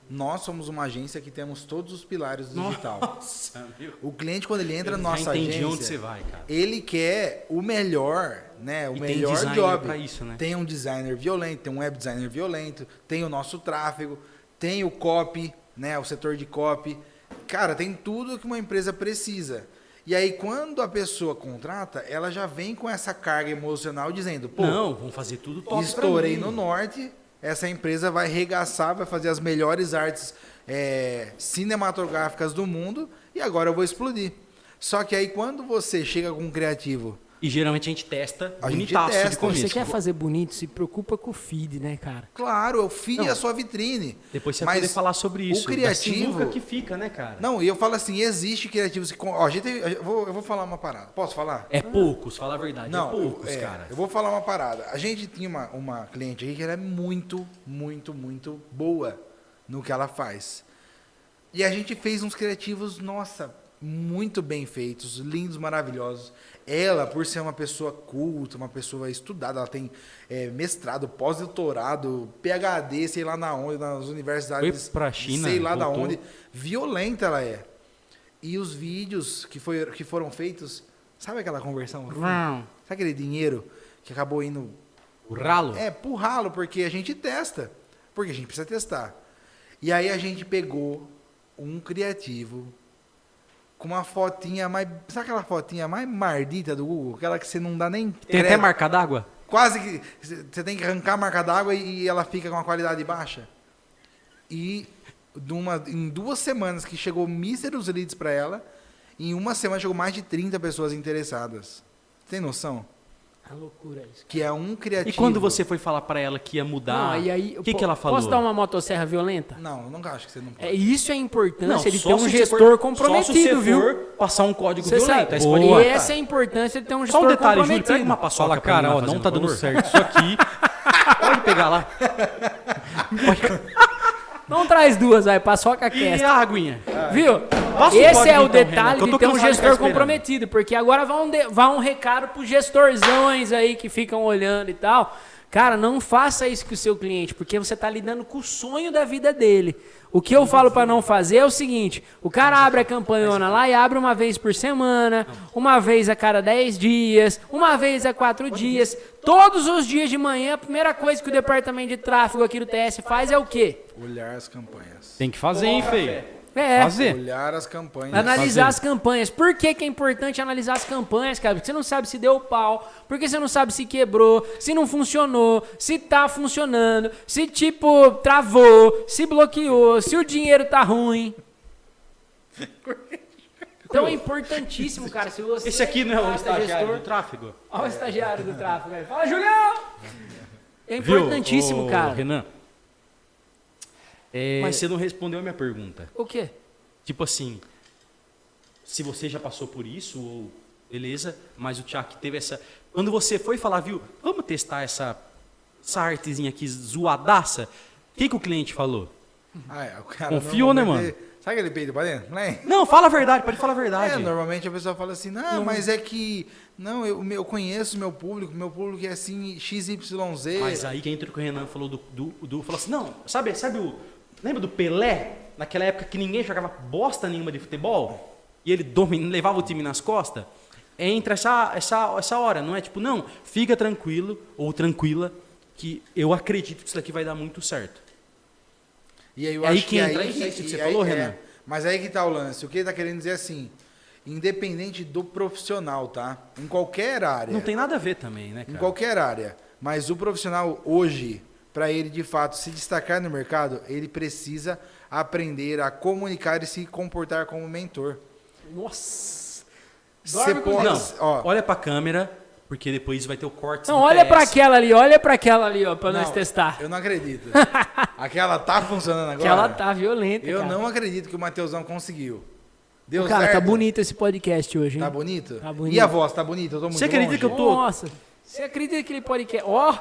Nós somos uma agência que temos todos os pilares do digital. Nossa, meu. O cliente, quando ele entra Eu na nossa já entendi agência, onde você vai, cara. ele quer o melhor, né? O E tem melhor designer job. pra isso, né? Tem um designer violento, tem um web designer violento, tem o nosso tráfego, tem o copy, né? O setor de copy. Cara, tem tudo que uma empresa precisa. E aí, quando a pessoa contrata, ela já vem com essa carga emocional dizendo, pô, Não, vamos fazer tudo top estourei pra mim. no norte, essa empresa vai regaçar, vai fazer as melhores artes cinematográficas do mundo e agora eu vou explodir. Só que aí quando você chega com um criativo, E geralmente a gente testa A gente bonitaço testa. de Se começo. você quer fazer bonito, se preocupa com o feed, né, cara? claro, eu fiz Não. a sua vitrine. Depois você vai Mas poder falar sobre isso. o criativo- Da sinuca que fica, né, cara? Não, e eu falo assim, existe criativos que... Ó, eu vou falar uma parada. Posso falar? É poucos, fala a verdade. Não, é poucos, eu cara. vou falar uma parada. A gente tinha uma cliente aqui que ela é muito, muito, muito boa no que ela faz. E a gente fez uns criativos, nossa, muito bem feitos, lindos, maravilhosos. Ela, por ser uma pessoa culta, uma pessoa estudada, ela tem mestrado, pós-doutorado, PhD, sei lá na onde, nas universidades, Foi pra China, sei lá da voltou. onde. Violenta ela é. E os vídeos que foram feitos, sabe aquela conversão? Sabe aquele dinheiro que acabou indo O ralo? pro ralo, porque a gente testa. Porque a gente precisa testar. E aí a gente pegou um criativo com uma fotinha mais... Sabe aquela fotinha mais mardita do Google? Aquela que você não dá nem... Tem até marca d'água? Quase que você tem que arrancar a marca d'água e ela fica com uma qualidade baixa. E em 2 semanas que chegou míseros leads para ela, em 1 semana chegou mais de 30 pessoas interessadas. Tem noção? É loucura isso. Que é um criativo. E quando você foi falar pra ela que ia mudar, Não, e aí, o que ela falou? Posso dar uma motosserra violenta? Não, eu nunca acho que você não pode. Isso é importância, ele só ter um se você gestor for- comprometido, só se você viu? for passar um código Você violento. sabe, Aí você pode e botar. essa é a importância de ter um Só gestor um detalhe, Júlio, comprometido. pega uma paçoca Fala, pra mim cara, lá, ó, fazendo não tá dando favor. certo isso aqui. Pode pegar lá. Não traz 2, vai, paçoca E cast. a aguinha? Viu? Passa o Esse código é o então, detalhe Renan, que eu de tô ter um cansado de ficar gestor esperando. comprometido, porque agora vai um recado pros gestorzões aí que ficam olhando e tal. Cara, não faça isso com o seu cliente, porque você tá lidando com o sonho da vida dele. O que eu falo para não fazer é o seguinte, o cara abre a campanhona lá e abre uma vez por semana, uma vez a cada 10 dias, uma vez a 4 dias. Todos os dias de manhã, a primeira coisa que o departamento de tráfego aqui do TS faz é o quê? Olhar as campanhas. Tem que fazer, hein, feio? É, Fazer. Olhar as campanhas. analisar as campanhas. Por que é importante analisar as campanhas, cara? Porque você não sabe se deu pau, porque você não sabe se quebrou, se não funcionou, se tá funcionando, se tipo travou, se bloqueou, se o dinheiro tá ruim. Então é importantíssimo, cara. Se você Esse aqui não é o contrata estagiário gestor- do tráfego? Olha o estagiário do tráfego aí. Fala, Julião! É importantíssimo, Ô, cara. Renan. Mas você não respondeu a minha pergunta. O quê? Tipo assim, se você já passou por isso, ou beleza, mas o Thiago teve essa... Quando você foi falar, viu, vamos testar essa artezinha aqui zoadaça, o que o cliente falou? O cara Confiou, né, normalmente- Sabe aquele peito pra dentro? Né? Não, fala a verdade, pode falar a verdade. Normalmente a pessoa fala assim, não, mas é que... Não, eu conheço meu público é assim, XYZ. Mas aí que entra o que o Renan falou falou assim, não, sabe lembra do Pelé? Naquela época que ninguém jogava bosta nenhuma de futebol? E ele levava o time nas costas? Entra essa hora, não é tipo, não, fica tranquilo ou tranquila que eu acredito que isso daqui vai dar muito certo. E aí eu É aí acho que entra isso que você falou, Renan? Mas aí que tá o lance. O que ele tá querendo dizer assim, independente do profissional, tá? Em qualquer área. Não tem nada a ver também, né, Em cara? qualquer área. Mas o profissional hoje, para ele de fato se destacar no mercado, ele precisa aprender a comunicar e se comportar como mentor. Nossa! Você Dorme com pode, Não, ó, olha pra câmera, porque depois vai ter o corte Não, do olha pra TS. aquela ali, ó, pra nós não, testar. Eu não acredito. Aquela tá funcionando agora? Aquela tá violenta, Eu cara. não acredito que o Mateusão conseguiu. Deu Cara, certo? tá bonito esse podcast hoje, hein? Tá bonito? Tá bonito. E a voz, tá bonita? Eu tô muito Você acredita longe? que eu tô- Nossa, você acredita que ele podcast... Ó!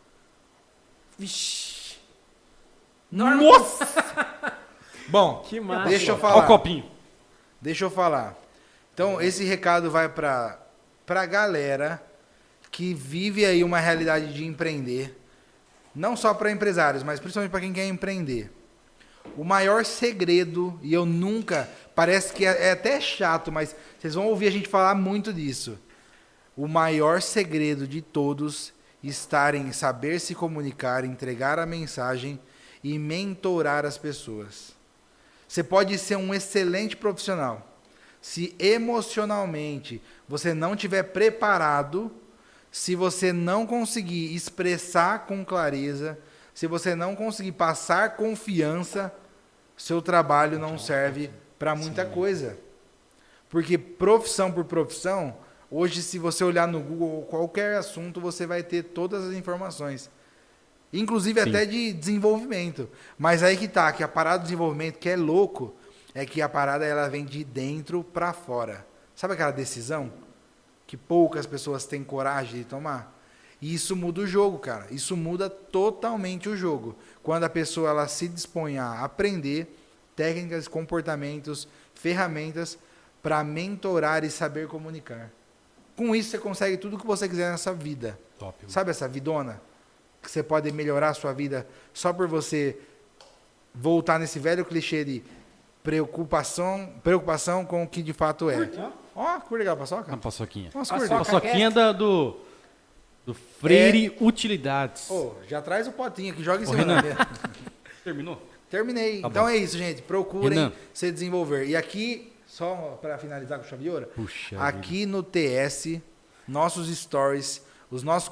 Vixe! Nossa! Bom, Que massa. deixa eu Olha falar. o copinho. Deixa eu falar. Então, esse recado vai pra galera que vive aí uma realidade de empreender. Não só para empresários, mas principalmente para quem quer empreender. O maior segredo, e eu nunca... Parece que é até chato, mas vocês vão ouvir a gente falar muito disso. O maior segredo de todos está em saber se comunicar, entregar a mensagem e mentorar as pessoas. Você pode ser um excelente profissional. Se emocionalmente você não estiver preparado, se você não conseguir expressar com clareza, se você não conseguir passar confiança, seu trabalho não serve para muita coisa. Porque profissão por profissão, hoje se você olhar no Google qualquer assunto, você vai ter todas as informações. Inclusive até de desenvolvimento. Mas aí que tá, que a parada do desenvolvimento que é louco, é que a parada ela vem de dentro para fora. Sabe aquela decisão que poucas pessoas têm coragem de tomar? E isso muda o jogo, cara. Isso muda totalmente o jogo. Quando a pessoa ela se dispõe a aprender técnicas, comportamentos, ferramentas para mentorar e saber comunicar. Com isso você consegue tudo o que você quiser nessa vida. Top. Sabe essa vidona? Que você pode melhorar a sua vida só por você voltar nesse velho clichê de preocupação com o que de fato é. Ó, curte aquela paçoca? Uma paçoquinha. Nossa, curte. Paçoquinha do Freire Utilidades. Já traz o potinho aqui, joga em cima Renan. da mesa. Terminou? Terminei. Tá Então bom. é isso, gente. Procurem Renan. se desenvolver. E aqui, só para finalizar com chave de ouro, Puxa aqui no TS, nossos stories, os nossos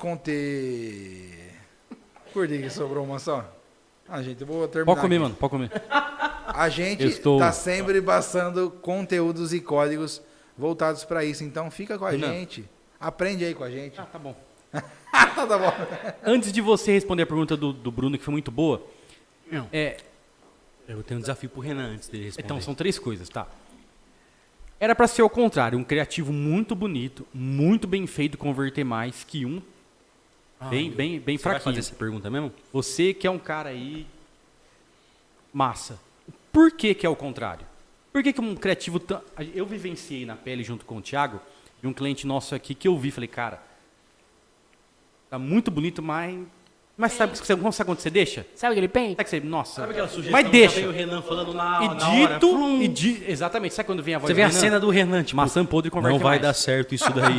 Curti que sobrou uma só. Gente, eu vou terminar. Pode comer, aqui. mano. Pode comer. A gente Eu estou- tá sempre passando conteúdos e códigos voltados para isso. Então fica com a Renan. gente. Aprende aí com a gente. Tá bom. Tá bom. Antes de você responder a pergunta do Bruno, que foi muito boa, Não. Eu tenho um desafio pro Renan antes dele responder. então são 3 coisas, tá? Era pra ser o contrário, um criativo muito bonito, muito bem feito, converter mais que um bem Você vai fraquinho. fazer essa pergunta mesmo? Você que é um cara aí massa. Por que é o contrário? Por que um criativo... Eu vivenciei na pele junto com o Thiago, de um cliente nosso aqui que eu vi, falei, cara, tá muito bonito, mas sabe quando você deixa? Sabe aquele pen? Sabe que você... Nossa, Sabe aquela sugestão? mas deixa. Já veio o Renan falando na E hora. Flum. exatamente, sabe quando vem a voz Você vê do a Renan? cena do Renan, tipo, Maçã podre converte não vai mais. dar certo isso daí.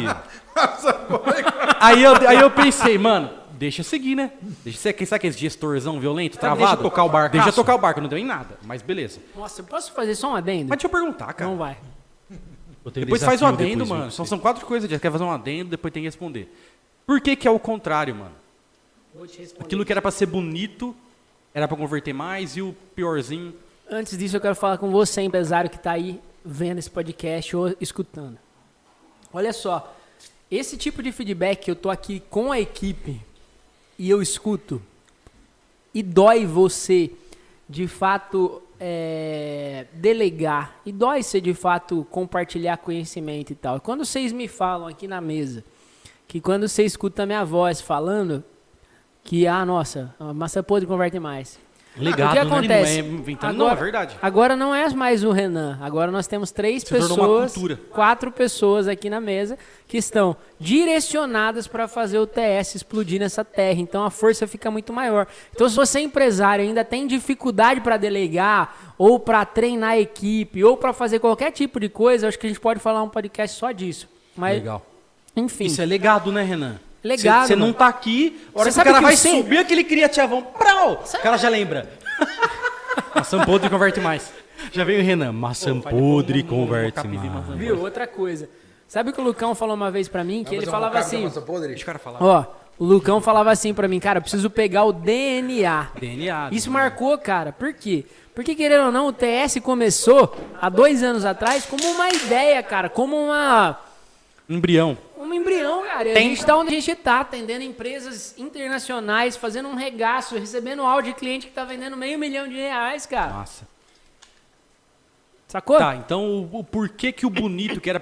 Aí eu pensei, mano, deixa seguir, né? Sabe aquele gestorzão violento, travado? deixa tocar o barcaço. Deixa tocar o barco, não deu em nada, mas beleza. Nossa, eu posso fazer só um adendo? Mas deixa eu perguntar, cara. Não vai. Eu tenho Depois faz o desafio adendo, depois, mano. viu, São, você. são 4 coisas, já quer fazer um adendo, depois tem que responder. Por que é o contrário, mano? Vou te responder. Aquilo que era pra ser bonito, era pra converter mais, e o piorzinho... Antes disso, eu quero falar com você, empresário que está aí vendo esse podcast ou escutando. Olha só, esse tipo de feedback que eu tô aqui com a equipe e eu escuto e dói você de fato delegar e dói você de fato compartilhar conhecimento e tal. Quando vocês me falam aqui na mesa que quando você escuta a minha voz falando que, nossa, a massa podre converte mais. Legado, O que né? acontece? Não é inventando, não, é verdade. Agora não é mais o Renan. Agora nós temos 3 Se tornou uma pessoas, cultura. 4 pessoas aqui na mesa que estão direcionadas para fazer o TS explodir nessa terra. Então a força fica muito maior. Então se você é empresário e ainda tem dificuldade para delegar ou para treinar a equipe ou para fazer qualquer tipo de coisa, eu acho que a gente pode falar um podcast só disso. Mas, Legal. enfim. Isso é legado, né, Renan? Legado, Você não mano. tá aqui, a hora Você que o sabe cara que vai você- subir aquele criativão, prau, o cara já lembra. Maçã podre converte mais. Já veio o Renan, maçã podre converte mais. Viu? Outra coisa. Sabe o que o Lucão falou uma vez para mim? Que ele falava assim... Massa podre? Deixa o cara falar. Ó, o Lucão falava assim pra mim, cara, eu preciso pegar o DNA. DNA. Isso marcou, cara. Por quê? Porque, querendo ou não, o TS começou há 2 anos atrás como uma ideia, cara, como Embrião. um embrião, cara. E a gente tá onde a gente tá, atendendo empresas internacionais, fazendo um regaço, recebendo áudio de cliente que tá vendendo R$500 mil, cara. Massa. Sacou? Tá, então o porquê que o bonito que era...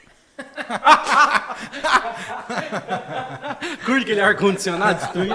Curte aquele ar-condicionado destruído?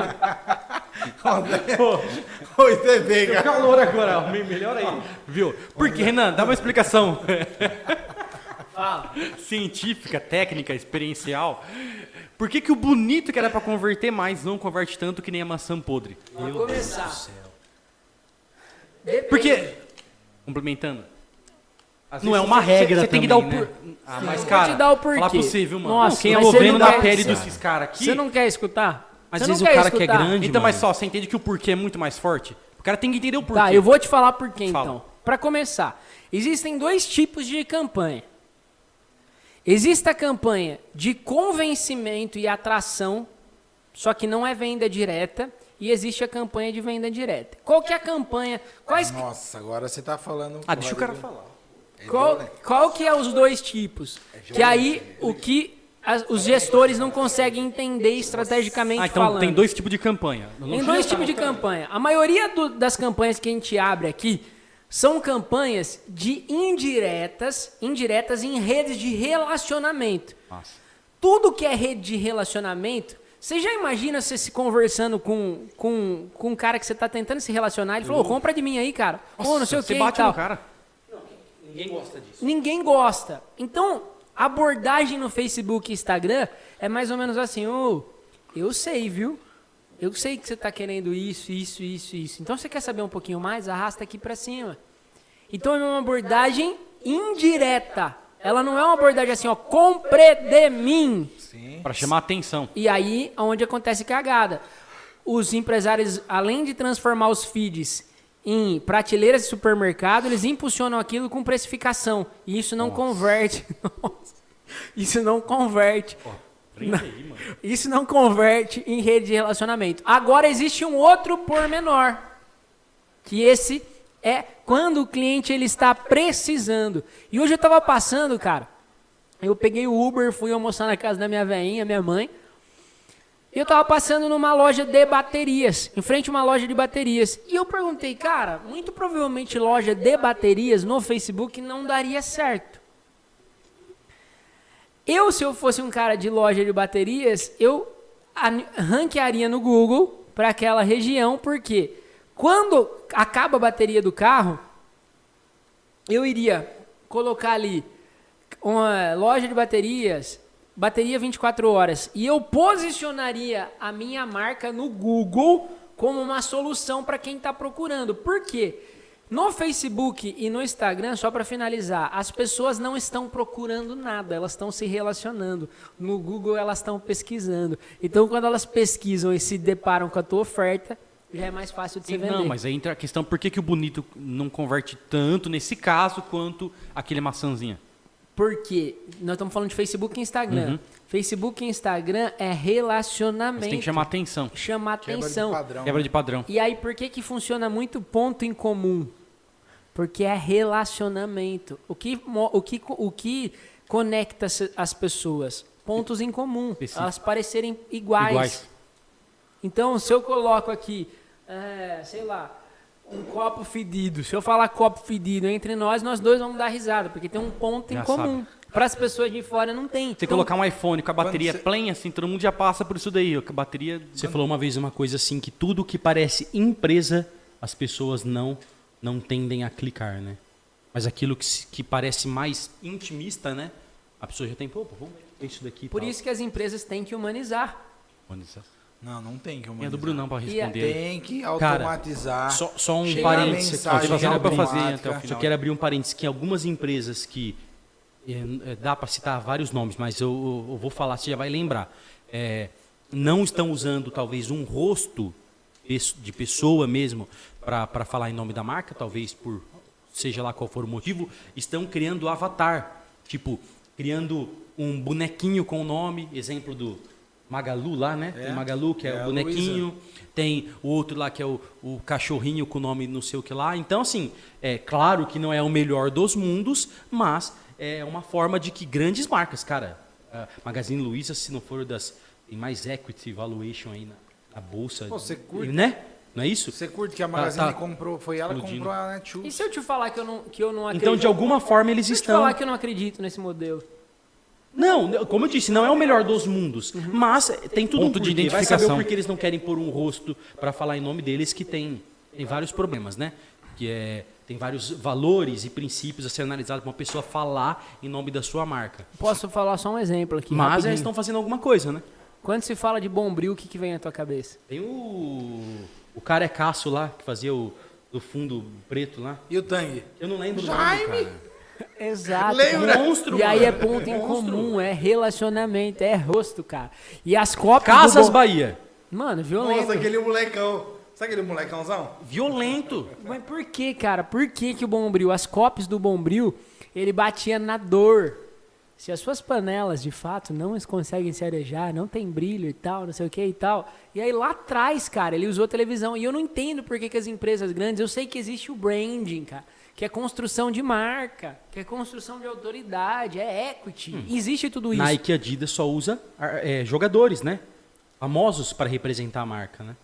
Oi, TV, cara. calor agora, melhor aí. Viu? Porque, Renan, dá uma explicação. Fala. Científica, técnica, experiencial. Por que o bonito que era pra converter mais não converte tanto que nem a maçã podre? Pra começar. Porque, complementando, às Não vezes é uma regra Você tem que dar o também, por... né? Ah, mas Vou cara, te dar o porquê. falar pra você, viu, mano? Nossa, Quem é mas você vendo não na quer- pele desses caras aqui... Você não quer escutar? Às Você vezes não o quer cara que é escutar? grande, Então, mas mano. só, você entende que o porquê é muito mais forte? O cara tem que entender o porquê. Tá, eu vou te falar por quê, Fala. então. Para começar, existem dois tipos de campanha. Existe a campanha de convencimento e atração, só que não é venda direta, e existe a campanha de venda direta. Qual que é a campanha? Nossa, agora você tá falando... Ah, deixa o cara falar. Qual que é os dois tipos? Que aí o que os gestores não conseguem entender estrategicamente Ah, então falando. tem dois tipos de campanha. Tem dois tipos de campanha. A maioria das campanhas que a gente abre aqui são campanhas de indiretas em redes de relacionamento. Nossa. Tudo que é rede de relacionamento, você já imagina você se conversando com um cara que você está tentando se relacionar, ele falou, compra de mim aí, cara. Ô, não sei o que Você e bate tal. no cara. Ninguém gosta disso. Ninguém gosta. Então, a abordagem no Facebook e Instagram é mais ou menos assim, eu sei, viu? Eu sei que você está querendo isso. Então, você quer saber um pouquinho mais? Arrasta aqui para cima. Então, é uma abordagem indireta. Ela não é uma abordagem assim, compre de mim. Sim. Pra chamar atenção. E aí, onde acontece cagada. Os empresários, além de transformar os feeds em prateleiras de supermercado, eles impulsionam aquilo com precificação. E isso não converte. Isso não converte. Isso não converte em rede de relacionamento. Agora existe um outro pormenor. Que esse é quando o cliente ele está precisando. E hoje eu estava passando, cara. Eu peguei o Uber, fui almoçar na casa da minha veinha, minha mãe. E eu tava passando numa loja de baterias, em frente a uma loja de baterias. E eu perguntei, cara, muito provavelmente loja de baterias no Facebook não daria certo. Se eu fosse um cara de loja de baterias, eu ranquearia no Google para aquela região, porque quando acaba a bateria do carro, eu iria colocar ali uma loja de baterias, bateria 24 horas, e eu posicionaria a minha marca no Google como uma solução para quem está procurando. Por quê? No Facebook e no Instagram, só para finalizar, as pessoas não estão procurando nada, elas estão se relacionando. No Google elas estão pesquisando. Então, quando elas pesquisam e se deparam com a tua oferta, já é mais fácil de você vender. Não, mas aí entra a questão, por que o bonito não converte tanto nesse caso quanto aquele maçãzinha? Porque nós estamos falando de Facebook e Instagram. Uhum. Facebook e Instagram é relacionamento. Mas tem que chamar atenção. Chamar atenção. Quebra de padrão. E aí, por que funciona muito ponto em comum? Porque é relacionamento. O que conecta as pessoas? Pontos em comum. Específico. Elas parecerem iguais. Então, se eu coloco aqui, sei lá, um copo fedido. Se eu falar copo fedido entre nós dois vamos dar risada, porque tem um ponto Já em comum. Para as pessoas de fora não tem. Você colocar um iPhone com a bateria plena, assim, todo mundo já passa por isso daí. A bateria... Você falou uma vez uma coisa assim, que tudo que parece empresa, as pessoas não tendem a clicar, né? Mas aquilo que parece mais intimista, né? A pessoa já tem, vamos ver isso daqui. Por isso que as empresas têm que humanizar. Não tem que É humanizar. do Brunão pra responder. Tem que automatizar. Só um Chega parênteses. a mensagem Eu quero fazer automática. até o Eu final. quero abrir um parênteses que algumas empresas que dá para citar vários nomes, mas eu vou falar, você já vai lembrar. Não estão usando talvez um rosto de pessoa mesmo para falar em nome da marca, talvez por seja lá qual for o motivo, estão criando avatar, tipo criando um bonequinho com o nome, exemplo do Magalu lá, né? Tem o Magalu, que é o bonequinho. Tem o outro lá, que é o cachorrinho com o nome não sei o que lá. Então, assim, é claro que não é o melhor dos mundos, mas é uma forma de que grandes marcas, cara, a Magazine Luiza, se não for tem mais equity valuation aí na bolsa. Pô, você curte? Né? Não é isso? Você curte que a Magazine comprou, foi ela que comprou a Netshoes. E se eu te falar que eu não acredito? Então, de alguma forma, eles Se eu te estão... falar que eu não acredito nesse modelo. Não, como eu disse, não é o melhor dos mundos, mas tem tudo Ponto um de porquê. Vai saber identificação. o porquê eles não querem pôr um rosto para falar em nome deles, que tem vários problemas, né? Tem vários valores e princípios a ser analisados para uma pessoa falar em nome da sua marca. Posso falar só um exemplo aqui? Mas rapidinho? eles estão fazendo alguma coisa, né? Quando se fala de Bombril, o que vem na tua cabeça? Tem o carecaço lá, que fazia o do fundo preto lá. E o Tang? Eu não lembro Jaime! o nome, cara. Exato. Lembra? Monstro, E aí mano. é ponto em Monstro. comum, é relacionamento, é rosto, cara. E as cópias Casas do Bahia. Mano, violento. Nossa, aquele molecão. Sabe aquele molecãozão? Violento. Mas por que, cara? Por que que o Bombril, as copies do Bombril, ele batia na dor? Se as suas panelas, de fato, não conseguem se arejar, não tem brilho e tal, não sei o que e tal. E aí lá atrás, cara, ele usou televisão. E eu não entendo por que as empresas grandes, eu sei que existe o branding, cara, que é construção de marca, que é construção de autoridade, é equity. Existe tudo isso. Nike e Adidas só usa jogadores, né? Famosos para representar a marca, né?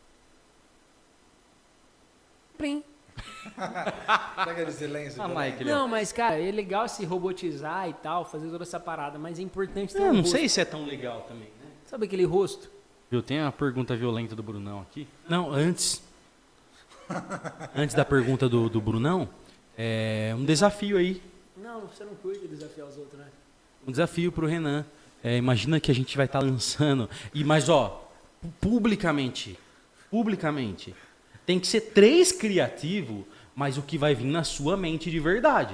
Bem. Sabe aquele silêncio? Nike, Não, mas, cara, é legal se robotizar e tal, fazer toda essa parada, mas é importante ter Eu um não rosto. sei se é tão legal também, né? Sabe aquele rosto? Viu, tem a pergunta violenta do Brunão aqui. Não, antes da pergunta do Brunão, um desafio aí. Não, você não curte desafiar os outros, né? Um desafio pro Renan. Imagina que a gente vai estar lançando. Mas, publicamente, tem que ser 3 criativos, mas o que vai vir na sua mente de verdade.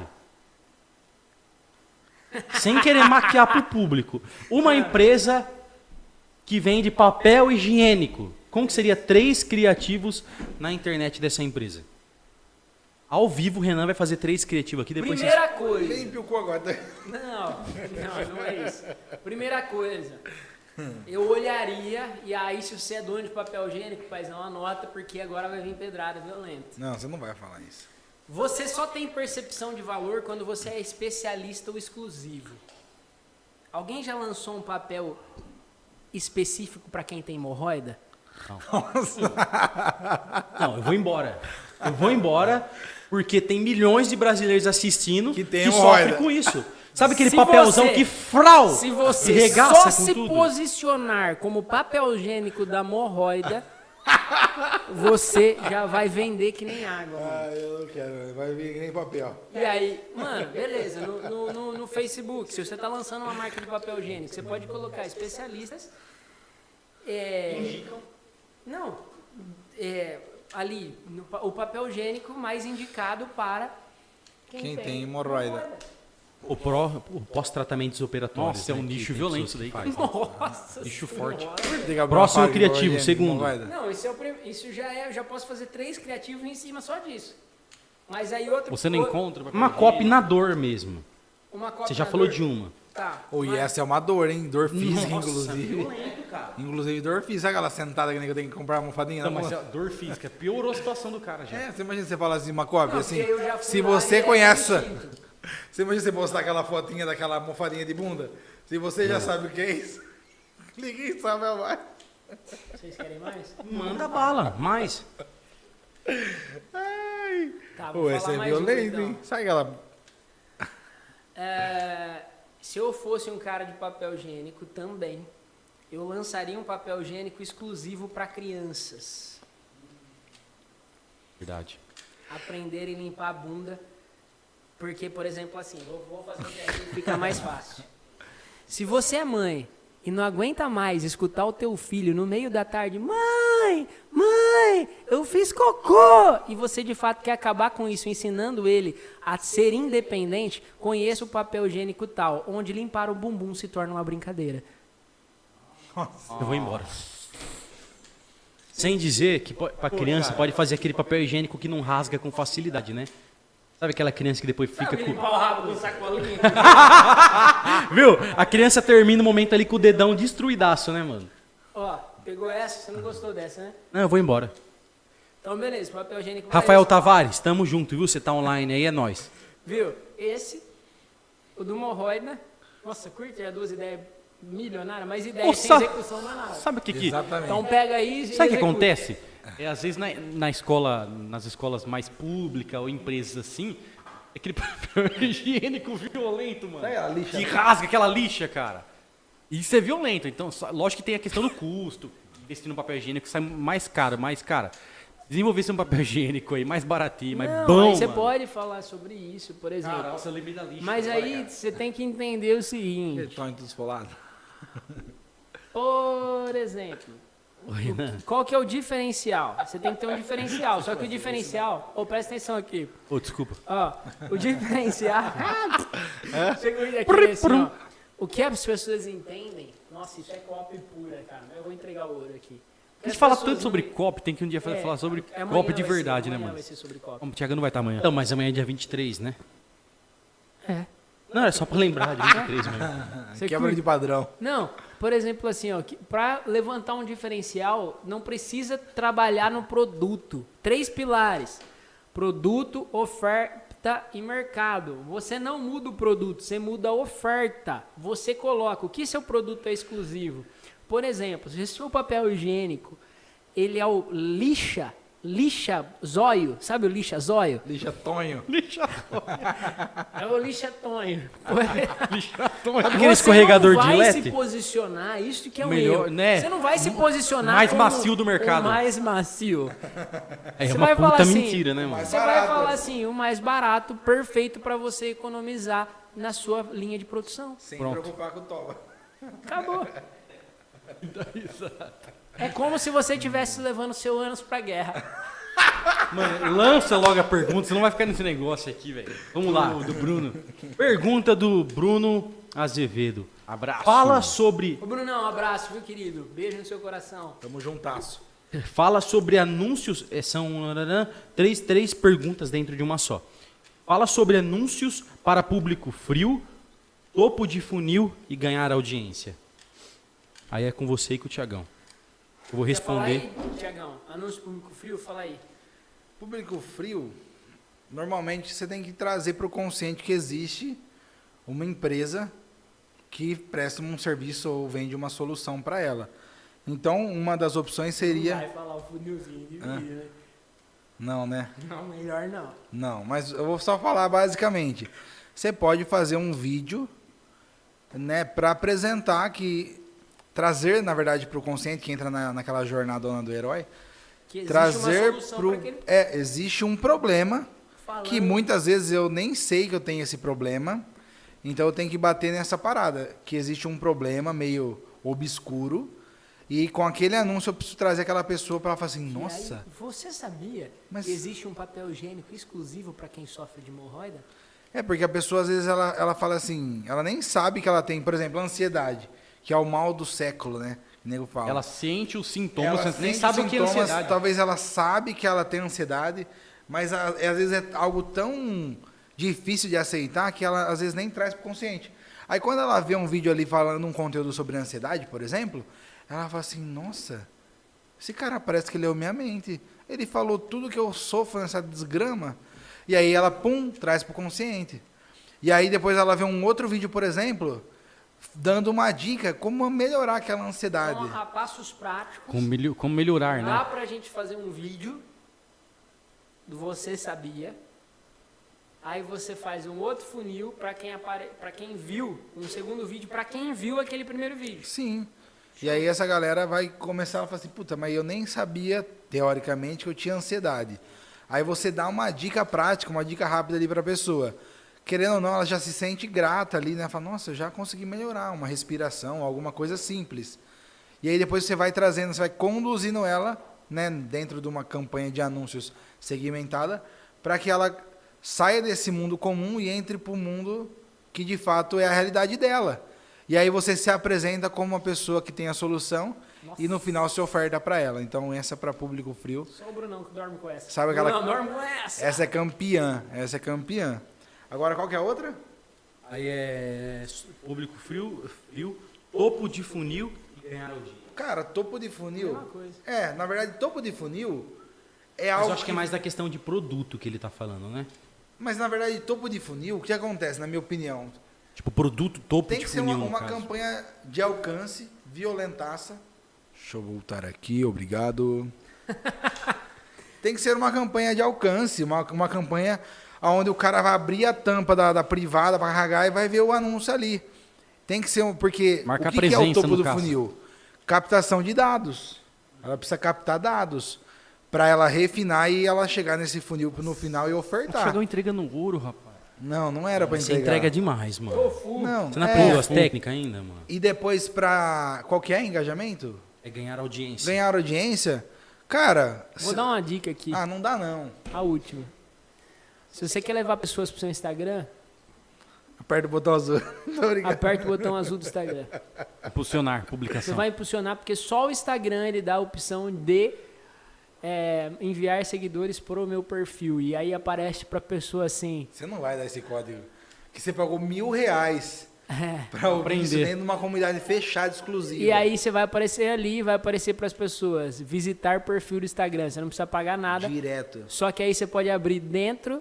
Sem querer maquiar pro público. Uma empresa que vende papel higiênico. Como que seria 3 criativos na internet dessa empresa? Ao vivo, o Renan vai fazer 3 criativos aqui. Depois Primeira coisa. Limpe o cu agora. Não é isso. Primeira coisa. Eu olharia, e aí se você é dono de papel higiênico, paizão, anota, porque agora vai vir pedrada violenta. Não, você não vai falar isso. Você só tem percepção de valor quando você é especialista ou exclusivo. Alguém já lançou um papel específico para quem tem hemorroida? Não, eu vou embora. Eu vou embora porque tem milhões de brasileiros assistindo Que que, tem sofrem hemorroida. com isso. Sabe aquele Se papelzão você- que frau, Se que você regaça só com se tudo? posicionar como papel higiênico da hemorroida, você já vai vender que nem água, mano. Ah, eu não quero. Vai vir nem papel. E aí, mano, beleza, no Facebook, se você tá lançando uma marca de papel higiênico, você pode colocar especialistas. Indicam? Não. Ali, o papel higiênico mais indicado para Quem tem hemorroida. O pós-tratamentos operatórios. Nossa, é um né, que nicho tem violento pessoas isso daí, que cara. fazem. Nossa Bicho Senhora. forte. Próximo criativo, segundo. Não, isso já é. Eu já posso fazer 3 criativos em cima só disso. Mas aí outro. Você não encontra? Uma copy na dor mesmo. Uma cópia Você já na falou dor. de uma. Tá. Oh, e mas- essa é uma dor, hein? Dor física, Nossa, inclusive. violento, cara. Inclusive dor física. Sabe aquela sentada que nem eu tenho que comprar uma almofadinha? Não, na mas mão? a dor física piorou a situação do cara já. Você imagina você falar assim, uma cópia, Não, assim, porque eu já fui se lá você e é conhece, instinto. você imagina você postar aquela fotinha daquela almofadinha de bunda, se você já sabe o que é isso, ninguém sabe a mais. Vocês querem mais? Manda bala, mais. Ai. Tá, vou Pô, falar essa é mais uma, violenta, então. hein? Sabe aquela... Se eu fosse um cara de papel higiênico também, eu lançaria um papel higiênico exclusivo para crianças. Verdade. Aprenderem a limpar a bunda. Porque, por exemplo, assim, vou fazer um teste que fica mais fácil. Se você é mãe e não aguenta mais escutar o teu filho no meio da tarde, mãe, eu fiz cocô, e você de fato quer acabar com isso, ensinando ele a ser independente, conheça o papel higiênico tal, onde limpar o bumbum se torna uma brincadeira. Eu vou embora. Sem dizer que pra criança pode fazer aquele papel higiênico que não rasga com facilidade, né? Sabe aquela criança que depois fica com... Limpar o rabo com sacolinha. Viu? A criança termina o momento ali com o dedão destruidaço, né, mano? Ó, pegou essa? Você não gostou dessa, né? Não, eu vou embora. Então, beleza, papel higiênico. Rafael mais- Tavares, tamo junto, viu? Você tá online aí, é nóis. Viu? Esse, o do hemorroida. Nossa, curte as 2 ideias milionárias, mas ideia sem Nossa. execução não é nada. Sabe o que que... Exatamente. Então pega aí e Sabe o que executa. acontece? Às vezes na escola, nas escolas mais públicas ou empresas assim, é aquele papel higiênico violento, mano. Sabe aquela lixa? Que rasga aquela lixa, cara. Isso é violento. Então, lógico que tem a questão do custo. Investir no papel higiênico sai mais caro, mas, cara, desenvolver um papel higiênico aí mais baratinho, mais Não, bom, aí você mano. pode falar sobre isso, por exemplo. Cara, nossa, eu lembrei da lixa. Mas agora, aí cara. você tem que entender o seguinte. Ele toma tudo esfolado. Por exemplo, Qual que é o diferencial? Você tem que ter um diferencial. Só que o diferencial... presta atenção aqui. Desculpa. Ó, o diferencial... Segura aqui, assim, ó. O que as pessoas entendem... Nossa, isso é copy pura, cara. Eu vou entregar o ouro aqui. A gente fala tanto sobre copy, tem que um dia falar sobre copy de vai ser, verdade, né, amanhã mano? vai ser sobre copy. O Thiago não vai estar amanhã. Não, mas amanhã é dia 23, né? É. Não, é só pra lembrar, dia 23 mesmo. Você Quebra curte? de padrão. Não, por exemplo, assim, ó, para levantar um diferencial, não precisa trabalhar no produto. 3 pilares: produto, oferta e mercado. Você não muda o produto, você muda a oferta. Você coloca o que seu produto é exclusivo. Por exemplo, se o seu papel higiênico, ele é o lixa zóio, sabe o lixa zóio? Lixa Tonho. É o lixa tonho. Sabe aquele escorregador de Você não vai se lete? posicionar, isso que é o Melhor, erro. né? Você não vai se posicionar Mais como macio do mercado. o mais macio. É Você uma vai falar puta assim, mentira, né, mano? Você vai falar assim, o mais barato, perfeito para você economizar na sua linha de produção. Sem Pronto. preocupar com o toba. Acabou. É como se você estivesse levando seu ânus pra guerra. Mano, lança logo a pergunta, você não vai ficar nesse negócio aqui, velho. Vamos lá, do Bruno. Pergunta do Bruno Azevedo. Abraço. Fala sobre Ô Brunão, um abraço, viu, querido? Beijo no seu coração. Tamo juntasso. Fala sobre anúncios. São três perguntas dentro de uma só. Fala sobre anúncios para público frio, topo de funil e ganhar audiência. Aí é com você e com o Thiagão. Eu vou responder. Quer falar aí, Tiagão? Anúncio público frio? Fala aí. Público frio, normalmente você tem que trazer para o consciente que existe uma empresa que presta um serviço ou vende uma solução para ela. Então, uma das opções seria... Não vai falar o funilzinho de vídeo, né? Não, né? Não, melhor não. Não, mas eu vou só falar basicamente. Você pode fazer um vídeo, né, para apresentar que... Trazer, na verdade, para o consciente que entra naquela jornada do herói, Que existe trazer uma solução pro... pra aquele... existe um problema Falando... que muitas vezes eu nem sei que eu tenho esse problema, então eu tenho que bater nessa parada, que existe um problema meio obscuro, e com aquele anúncio eu preciso trazer aquela pessoa para ela falar assim, E nossa, aí, você sabia Mas- que existe um papel higiênico exclusivo para quem sofre de hemorroida? é porque a pessoa às vezes ela fala assim, ela nem sabe que ela tem, por exemplo, ansiedade, que é o mal do século, né? O nego fala. ela sente os sintomas, Ela você nem sente sabe o que é sintomas, ansiedade. Talvez ela sabe que ela tem ansiedade, mas às vezes é algo tão difícil de aceitar que ela às vezes nem traz para o consciente. Aí quando ela vê um vídeo ali falando um conteúdo sobre ansiedade, por exemplo, ela fala assim, nossa, esse cara parece que leu minha mente. Ele falou tudo que eu sofro nessa desgrama. E aí ela, pum, traz para o consciente. E aí depois ela vê um outro vídeo, por exemplo, dando uma dica como melhorar aquela ansiedade. Então, a passos práticos. Como melhorar, Dá né? pra gente fazer um vídeo do Você Sabia. Aí você faz um outro funil para quem viu, um segundo vídeo para quem viu aquele primeiro vídeo. Sim. E aí essa galera vai começar a falar assim, puta, mas eu nem sabia, teoricamente, que eu tinha ansiedade. Aí você dá uma dica prática, uma dica rápida ali para a pessoa. Querendo ou não, ela já se sente grata ali, né? Fala, nossa, eu já consegui melhorar uma respiração, alguma coisa simples. E aí depois você vai trazendo, você vai conduzindo ela, né, dentro de uma campanha de anúncios segmentada, para que ela saia desse mundo comum e entre para o mundo que de fato é a realidade dela. E aí você se apresenta como uma pessoa que tem a solução e no final se oferta para ela. Então essa é para público frio. Só o Brunão que dorme com essa. Sabe aquela- Brunão, dorme com essa. Essa é campeã, essa é campeã. Agora qual que é a outra? Aí é público frio, topo de funil e ganhar audiência. Cara, topo de funil. Mesma coisa. Na verdade, topo de funil é Mas algo eu acho que é mais da questão de produto que ele tá falando, né? Mas na verdade, topo de funil, o que acontece, na minha opinião? Tipo, produto topo Tem de que ser funil, uma no caso. campanha de alcance, violentaça. Deixa eu voltar aqui, obrigado. Tem que ser uma campanha de alcance, uma campanha onde o cara vai abrir a tampa da privada para carregar e vai ver o anúncio ali. Tem que ser porque Marcar o que é o presença topo no do caso. funil? Captação de dados. Ela precisa captar dados para ela refinar e ela chegar nesse funil no final e ofertar. Chegou entregando ouro, rapaz. Não era para Você entregar. entrega demais, mano. Não, Você não aprendeu as técnicas ainda, mano? E depois para qual que é engajamento? É ganhar audiência. Ganhar audiência, cara... Vou dar uma dica aqui. Ah, não dá não. A última. Se você quer levar pessoas pro seu Instagram, Aperta o botão azul. Tô brincando. aperta o botão azul do Instagram. Impulsionar, Você publicação. vai impulsionar, porque só o Instagram ele dá a opção de enviar seguidores pro meu perfil. E aí aparece pra pessoa assim... Você não vai dar esse código. Que você pagou R$1.000 pra ouvir isso aprender. dentro de uma comunidade fechada, exclusiva. E aí você vai aparecer ali, vai aparecer pras pessoas. Visitar perfil do Instagram. Você não precisa pagar nada. Direto. Só que aí você pode abrir dentro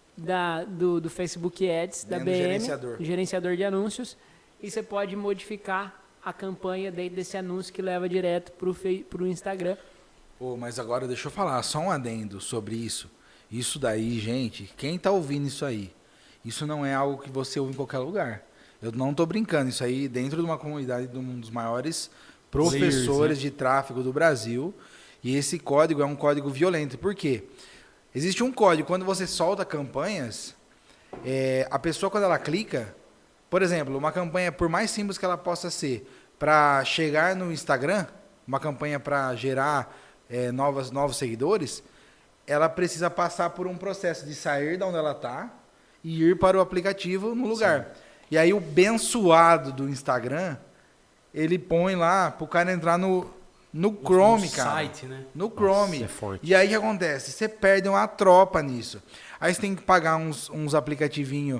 do Facebook Ads, da Dentro do BM, gerenciador. gerenciador de anúncios, e você pode modificar a campanha dentro desse anúncio que leva direto pro Instagram. Pô, mas agora deixa eu falar, só um adendo sobre isso. Isso daí, gente, quem tá ouvindo isso aí, isso não é algo que você ouve em qualquer lugar. Eu não tô brincando, isso aí dentro de uma comunidade de um dos maiores professores de tráfego do Brasil. E esse código é um código violento. Por quê? Existe um código, quando você solta campanhas, a pessoa quando ela clica, por exemplo, uma campanha, por mais simples que ela possa ser, para chegar no Instagram, uma campanha para gerar novos seguidores, ela precisa passar por um processo de sair da onde ela está e ir para o aplicativo no lugar. Sim. E aí o bençoado do Instagram, ele põe lá para o cara entrar no Chrome, cara. Site, né? No Chrome. Nossa, é forte. E aí o que acontece? Você perde uma tropa nisso. Aí você tem que pagar uns aplicativinhos,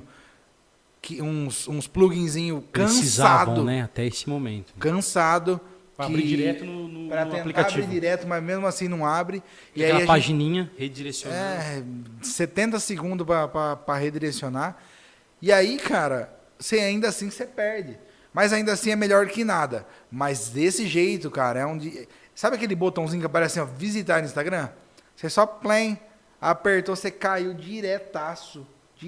uns pluginzinhos Precisavam, cansado. né? Até esse momento. Cansado. Pra abrir direto no Pra tentar aplicativo. abrir direto, mas mesmo assim não abre. E Aquela aí pagininha redirecionando. 70 segundos para redirecionar. E aí, cara, ainda assim você perde. Mas ainda assim é melhor que nada. Mas desse jeito, cara, é onde... Sabe aquele botãozinho que aparece assim, ó, visitar no Instagram? Você só apertou, você caiu diretaço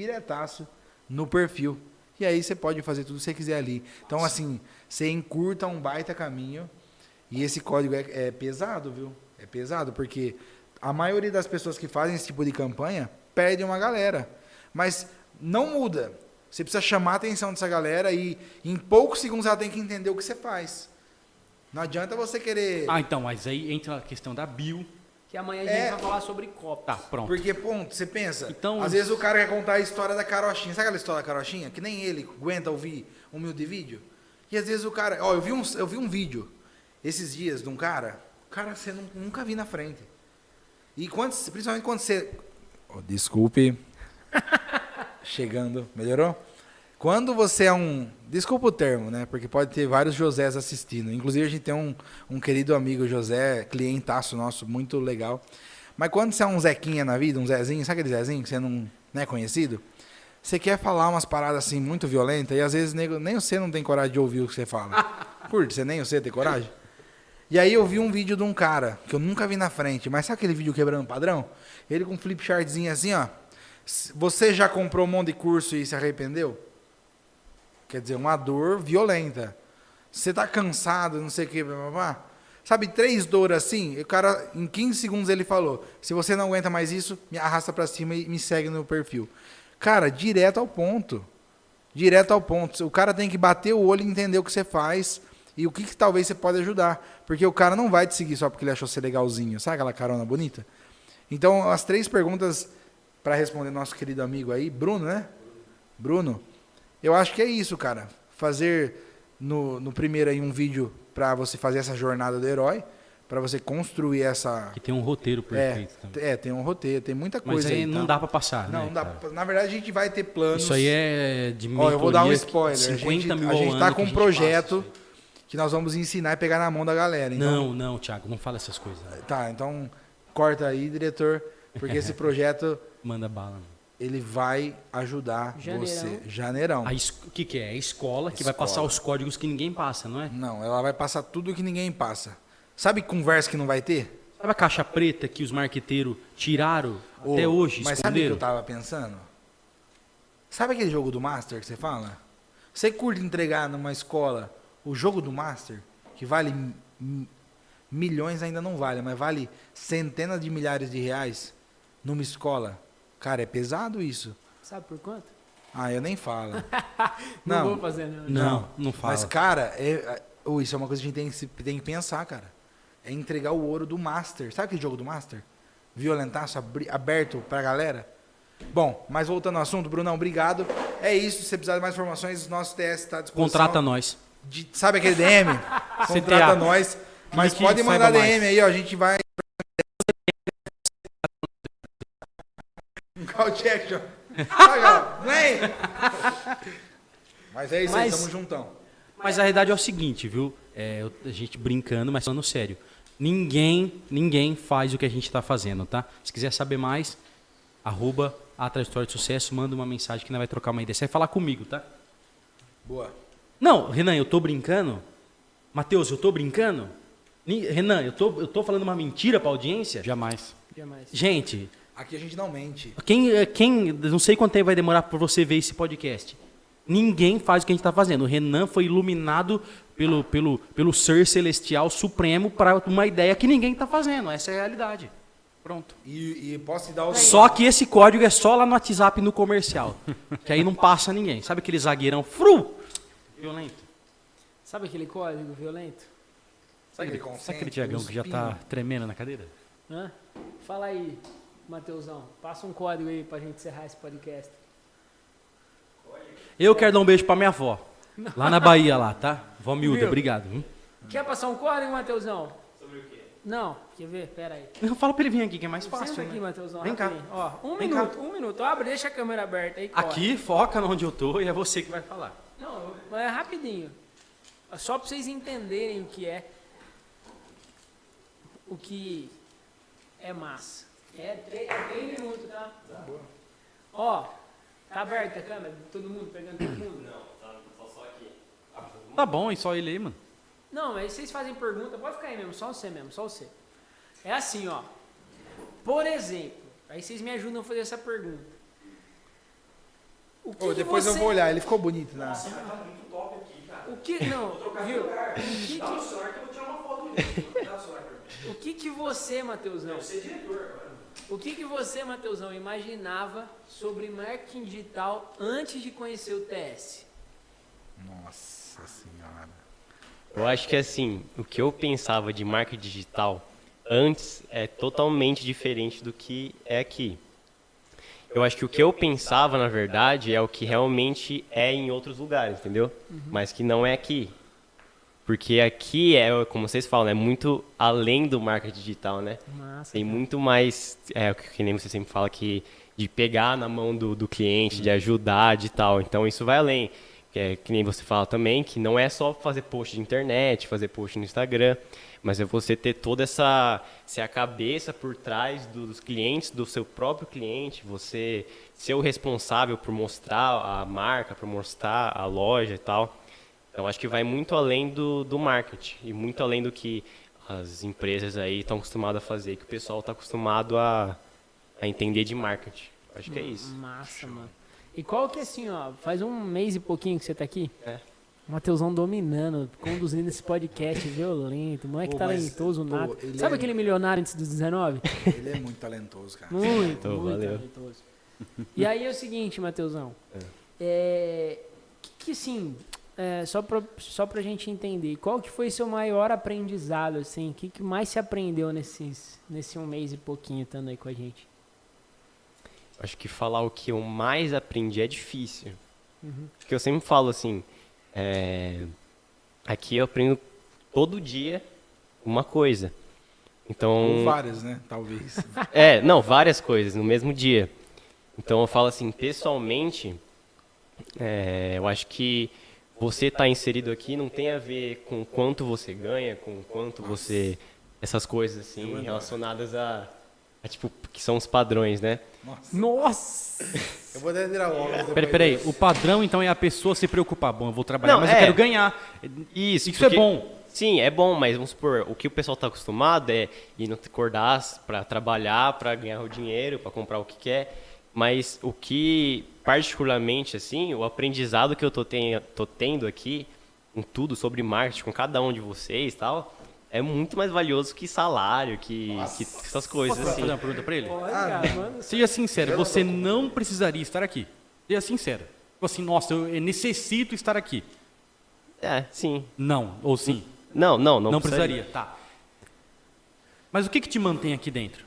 no perfil. E aí você pode fazer tudo que você quiser ali. Então, assim, você encurta um baita caminho. E esse código é pesado, viu? É pesado, porque a maioria das pessoas que fazem esse tipo de campanha perdem uma galera. Mas não muda. Você precisa chamar a atenção dessa galera e em poucos segundos ela tem que entender o que você faz. Não adianta você querer... Ah, então, mas aí entra a questão da bio. Que amanhã a gente vai falar sobre copos. Tá, pronto. Porque, ponto, você pensa, Então, às vezes o cara quer contar a história da carochinha. Sabe aquela história da carochinha? Que nem ele aguenta ouvir um minuto de vídeo. E às vezes o cara... Ó, eu vi um vídeo esses dias de um cara... O cara você nunca vi na frente. E principalmente quando você... Oh, desculpe. Chegando. Melhorou? Quando você é desculpa o termo, né? Porque pode ter vários Josés assistindo. Inclusive a gente tem um querido amigo José, clientaço nosso, muito legal. Mas quando você é um Zequinha na vida, um Zezinho, sabe aquele Zezinho que você não é conhecido? Você quer falar umas paradas assim muito violentas e às vezes nem você não tem coragem de ouvir o que você fala. Curte, você nem você tem coragem? E aí eu vi um vídeo de um cara que eu nunca vi na frente, mas sabe aquele vídeo quebrando padrão? Ele com um flip chartzinho assim, ó. Você já comprou um monte de curso e se arrependeu? Quer dizer, uma dor violenta. Você tá cansado, não sei o que, blá, blá, blá. Sabe, 3 dores assim, o cara, em 15 segundos ele falou, se você não aguenta mais isso, me arrasta pra cima e me segue no perfil. Cara, direto ao ponto. Direto ao ponto. O cara tem que bater o olho e entender o que você faz e o que talvez você pode ajudar. Porque o cara não vai te seguir só porque ele achou você legalzinho. Sabe aquela carona bonita? Então, as 3 perguntas para responder nosso querido amigo aí, Bruno, né? Bruno, eu acho que é isso, cara. Fazer no primeiro aí um vídeo para você fazer essa jornada do herói, para você construir essa... Que tem um roteiro perfeito também. Tem um roteiro, tem muita coisa Mas aí aí. não dá para passar, Não, né? não dá cara? na verdade, a gente vai ter planos... Isso aí é de mentoria. Eu vou dar um spoiler. 50 mil a gente ao tá ano com que um a gente projeto passa isso que nós vamos ensinar e pegar na mão da galera. aí. Então, Não, Thiago, não fala essas coisas. Tá, então corta aí, diretor, porque esse projeto, Manda bala. Mano. ele vai ajudar Janeirão. você. Janeirão. O que é? É a escola que vai passar os códigos que ninguém passa, não é? Não, ela vai passar tudo que ninguém passa. Sabe conversa que não vai ter? Sabe a caixa preta que os marqueteiros tiraram até hoje, Mas sabe o que eu esconderam? tava pensando? Sabe aquele jogo do Master que você fala? Você curte entregar numa escola o jogo do Master, que vale milhões, ainda não vale, mas vale centenas de milhares de reais numa escola? Cara, é pesado isso. Sabe por quanto? Ah, eu nem falo. Não vou fazer, não. Não fala. Mas, cara, isso é uma coisa que a gente tem que pensar, cara. é entregar o ouro do Master. Sabe aquele jogo do Master? Violentaço, aberto pra galera. Bom, mas voltando ao assunto, Brunão, obrigado. É isso, se você precisar de mais informações, nosso TS está à disposição. Contrata nós. Sabe aquele DM? Contrata nós. Mas que pode mandar saiba DM mais. aí, ó, a gente vai... Um call to action. Vem! Mas é isso aí, tamo juntão. Mas a realidade é o seguinte, viu? A gente brincando, mas falando sério. Ninguém faz o que a gente está fazendo, tá? Se quiser saber mais, @ Trajetória de Sucesso, manda uma mensagem que nós vai trocar uma ideia. Você vai falar comigo, tá? Boa. Não, Renan, eu tô brincando. Matheus, eu tô brincando. Renan, eu tô falando uma mentira pra audiência? Jamais. Gente, Aqui a gente não mente. não sei quanto tempo vai demorar pra você ver esse podcast. Ninguém faz o que a gente tá fazendo. O Renan foi iluminado pelo ser celestial supremo para uma ideia que ninguém tá fazendo. Essa é a realidade. Pronto. E posso te dar outro... Só que esse código é só lá no WhatsApp no comercial. Que aí não passa ninguém. Sabe aquele zagueirão violento? Sabe aquele código violento? Sabe aquele Tiagão que já tá tremendo na cadeira? Hã? Fala aí, Mateusão. Passa um código aí pra gente encerrar esse podcast. Eu quero dar um beijo pra minha avó. Lá na Bahia, lá, tá? Vó Milda, Viu? obrigado. Quer passar um código, Mateusão? Sobre o quê? Não, quer ver? Pera aí. Eu falo pra ele vir aqui, que é mais fácil. Senta aqui, Né? Mateusão. Vem cá. rapidinho. Ó, Vem um minuto. Abre, deixa a câmera aberta aí. corre. Aqui, foca onde eu tô e é você que vai falar. Não, é rapidinho. Só pra vocês entenderem o que é massa. É 3 minutos, tá? Boa. Ó, tá aberta a câmera? Todo mundo pegando todo mundo? Não, tá só aqui. Tá bom, e só ele aí, mano. Não, mas vocês fazem pergunta, pode ficar aí mesmo, só você. É assim, ó. Por exemplo, aí vocês me ajudam a fazer essa pergunta. O que depois você... eu vou olhar, ele ficou bonito, né? O que... Não, viu? O que você, Mateusão... O que você, Mateusão, imaginava sobre marketing digital antes de conhecer o TS? Nossa senhora. Eu acho que assim, o que eu pensava de marketing digital antes é totalmente diferente do que é aqui. Eu acho que o que eu pensava, na verdade, é o que realmente é em outros lugares, entendeu? Mas que não é aqui. Porque aqui é, como vocês falam, é muito além do marketing digital, né? Massa, Tem muito mais, que nem você sempre fala, de pegar na mão do cliente, de ajudar, de tal. Então isso vai além. Que nem você fala também, que não é só fazer post de internet, fazer post no Instagram, mas é você ter toda essa a cabeça por trás dos clientes, do seu próprio cliente, você ser o responsável por mostrar a marca, por mostrar a loja e tal. Então, acho que vai muito além do marketing e muito além do que as empresas aí estão acostumadas a fazer, que o pessoal está acostumado a entender de marketing. Acho que é isso. Massa, mano. E qual que é assim, ó, faz 1 mês e pouquinho que você tá aqui? É. O Mateusão dominando, conduzindo esse podcast violento, moleque talentoso, nada. Sabe aquele milionário antes dos 19? Ele é muito talentoso, cara. Muito valeu. talentoso. E aí é o seguinte, Mateusão, que assim, só pra gente entender, qual que foi seu maior aprendizado, assim, o que mais se aprendeu nesse 1 mês e pouquinho estando aí com a gente? Acho que falar o que eu mais aprendi é difícil. Porque eu sempre falo assim, aqui eu aprendo todo dia uma coisa. Então, Ou várias, né? Talvez. não, várias coisas no mesmo dia. Então eu falo assim, pessoalmente, eu acho que você estar inserido aqui não tem a ver com quanto você ganha, com quanto você... Essas coisas assim, relacionadas a tipo, que são os padrões, né? Nossa! Eu vou até tirar o óculos depois. Peraí, desse. o padrão então é a pessoa se preocupar. Bom, eu vou trabalhar, Não, mas eu quero ganhar. Isso Isso é porque- bom. Sim, é bom, mas vamos supor, o que o pessoal está acostumado é ir no acordar para trabalhar, para ganhar o dinheiro, para comprar o que quer. Mas o que, particularmente, assim, o aprendizado que eu tô tendo aqui, com tudo sobre marketing, com cada um de vocês e tal, é muito mais valioso que salário, que essas coisas, Posso assim. fazer uma pergunta pra ele? Olha, cara, mano. Seja sincero, você não precisaria estar aqui. Seja sincero. Tipo assim, nossa, eu necessito estar aqui. Sim. Não, ou sim. Não Não precisaria. Tá. Mas o que te mantém aqui dentro?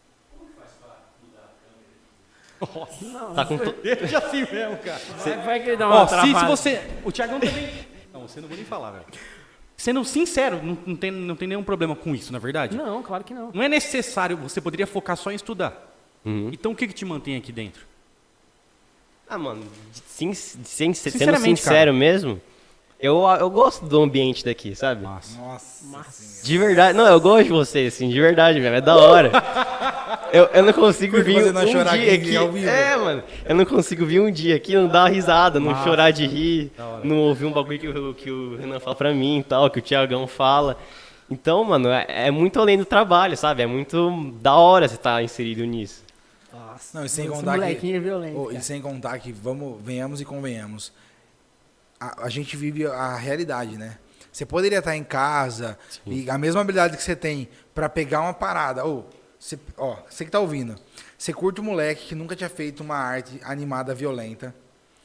Tá com Deixa assim mesmo, cara. Vai que ele dá uma Ó, se travada. você... O Thiagão também... Não, você não vou nem falar, velho. Sendo sincero, não tem nenhum problema com isso, na verdade? Não, claro que não. Não é necessário, você poderia focar só em estudar. Uhum. Então o que te mantém aqui dentro? Ah, mano, sendo Sinceramente, sincero cara. mesmo, eu gosto do ambiente daqui, sabe? Massa. Nossa. De verdade, não, eu gosto de vocês, assim, de verdade mesmo, é da hora. Eu não consigo Por que vir você não um chorar dia aqui aqui. ao vivo? É, mano, eu não consigo vir um dia aqui, não dar uma risada, não chorar de rir, não ouvir um bagulho que o Renan fala pra mim e tal, que o Thiagão fala. Então, mano, é muito além do trabalho, sabe? É muito da hora você estar inserido nisso. Não, e sem Esse contar molequinho que... é violento, Oh, cara. e sem contar que, venhamos e convenhamos, a gente vive a realidade, né? Você poderia estar em casa e a mesma habilidade que você tem pra pegar uma parada. Você que tá ouvindo, você curte um moleque que nunca tinha feito uma arte animada violenta.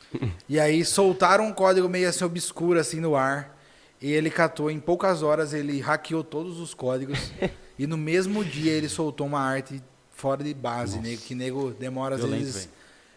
E aí soltaram um código meio assim obscuro assim no ar. E ele catou, em poucas horas, ele hackeou todos os códigos. E no mesmo dia ele soltou uma arte fora de base, que nego demora às Violento, vezes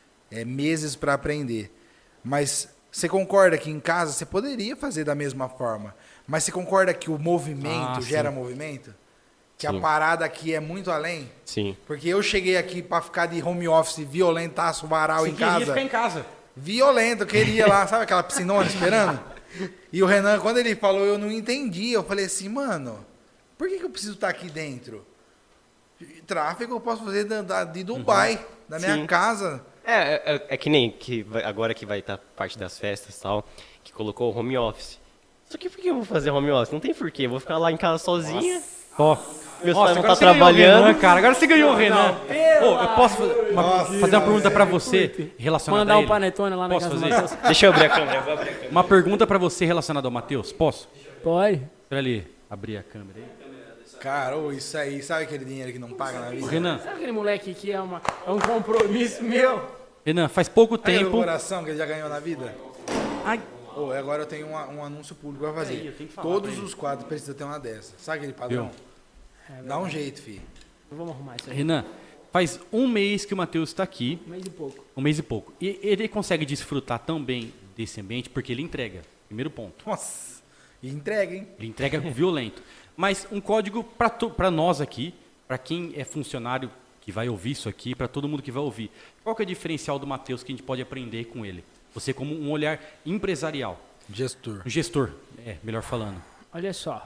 meses para aprender. Mas você concorda que em casa você poderia fazer da mesma forma? Mas você concorda que o movimento gera movimento? Que a Sim. parada aqui é muito além? Sim. Porque eu cheguei aqui para ficar de home office violentaço, varal em Queria casa. ficar em casa. Violento, eu queria lá, sabe aquela piscinona esperando? E o Renan, quando ele falou, eu não entendi. Eu falei assim, mano, por que eu preciso estar aqui dentro? Tráfego eu posso fazer de Dubai, da minha Sim. casa. É que nem agora que vai estar parte das festas e tal, que colocou o home office. Só que por que eu vou fazer home office? Não tem porquê, eu vou ficar lá em casa sozinha. Ó. Meus Nossa, pais vão agora estar você ganhou o trabalhando. Renan, cara. Agora você ganhou o Renan. Ô, eu posso fazer uma pergunta pra você relacionada Mandar a um ele? panetone lá na Posso casa do fazer? Matheus. Deixa eu abrir a câmera, eu vou abrir a câmera. Uma pergunta pra você relacionada ao Matheus. Posso? Pode. Espera ali, abrir a câmera aí. Cara, isso aí, sabe aquele dinheiro que não paga na vida? Renan, Sabe aquele moleque que é um compromisso meu? Renan, faz pouco Sabe aquele tempo... coração que ele já ganhou na vida? Ai, Agora eu tenho um anúncio público pra fazer. Peraí, eu tenho que falar Todos pra ele. os quadros precisam ter uma dessa. Sabe aquele padrão? Dá um jeito, filho. Vamos arrumar isso aí. Renan, faz um mês que o Matheus está aqui, Um mês e pouco. um mês e pouco. E ele consegue desfrutar tão bem desse ambiente porque ele entrega. Primeiro ponto. Nossa. E entrega, hein? Ele entrega violento. Mas um código para nós aqui, para quem é funcionário que vai ouvir isso aqui, para todo mundo que vai ouvir. Qual que é o diferencial do Matheus que a gente pode aprender com ele? Você como um olhar empresarial, Gestor. um gestor, melhor falando. Olha só.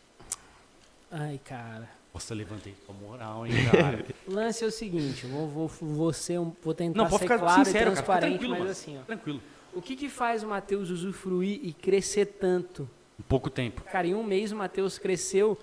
Ai, cara. Nossa, levantei com moral, hein, cara. O lance é o seguinte, vou tentar Não, pode ser ficar claro sincero, e cara. Fica transparente, tranquilo, mas mano. assim, ó. Tranquilo. O que faz o Matheus usufruir e crescer tanto? Em pouco tempo. Cara, em um mês o Matheus cresceu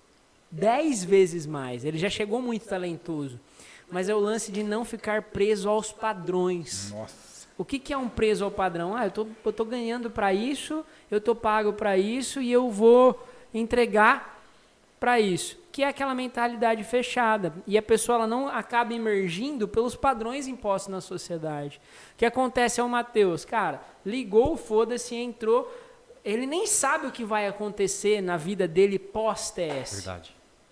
10 vezes mais. Ele já chegou muito talentoso. Mas é o lance de não ficar preso aos padrões. Nossa. O que é um preso ao padrão? Eu tô ganhando para isso, eu tô pago para isso e eu vou entregar para isso. Que é aquela mentalidade fechada. E a pessoa ela não acaba emergindo pelos padrões impostos na sociedade. O que acontece é o Matheus, cara, ligou, foda-se, entrou. Ele nem sabe o que vai acontecer na vida dele pós-TS. Verdade.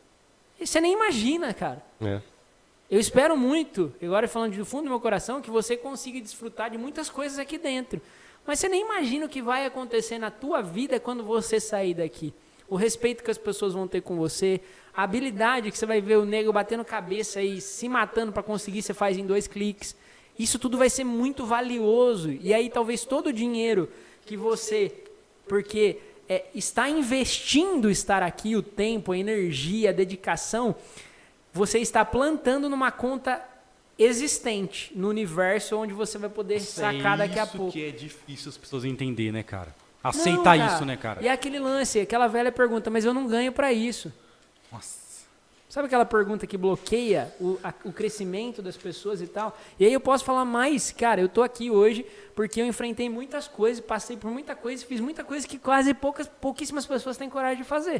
E você nem imagina, cara. É. Eu espero muito, agora falando do fundo do meu coração, que você consiga desfrutar de muitas coisas aqui dentro. Mas você nem imagina o que vai acontecer na tua vida quando você sair daqui. O respeito que as pessoas vão ter com você, a habilidade que você vai ver o nego batendo cabeça e se matando para conseguir, você faz em 2 cliques. Isso tudo vai ser muito valioso. E aí talvez todo o dinheiro que você, porque está investindo estar aqui, o tempo, a energia, a dedicação, você está plantando numa conta existente no universo onde você vai poder sacar daqui a pouco. Isso que é difícil as pessoas entenderem, né, cara? Não, Aceitar cara. isso, né, cara? E é aquele lance, aquela velha pergunta, mas eu não ganho pra isso. Nossa. Sabe aquela pergunta que bloqueia o crescimento das pessoas e tal? E aí eu posso falar mais, cara, eu tô aqui hoje porque eu enfrentei muitas coisas, passei por muita coisa, fiz muita coisa que quase pouquíssimas pessoas têm coragem de fazer.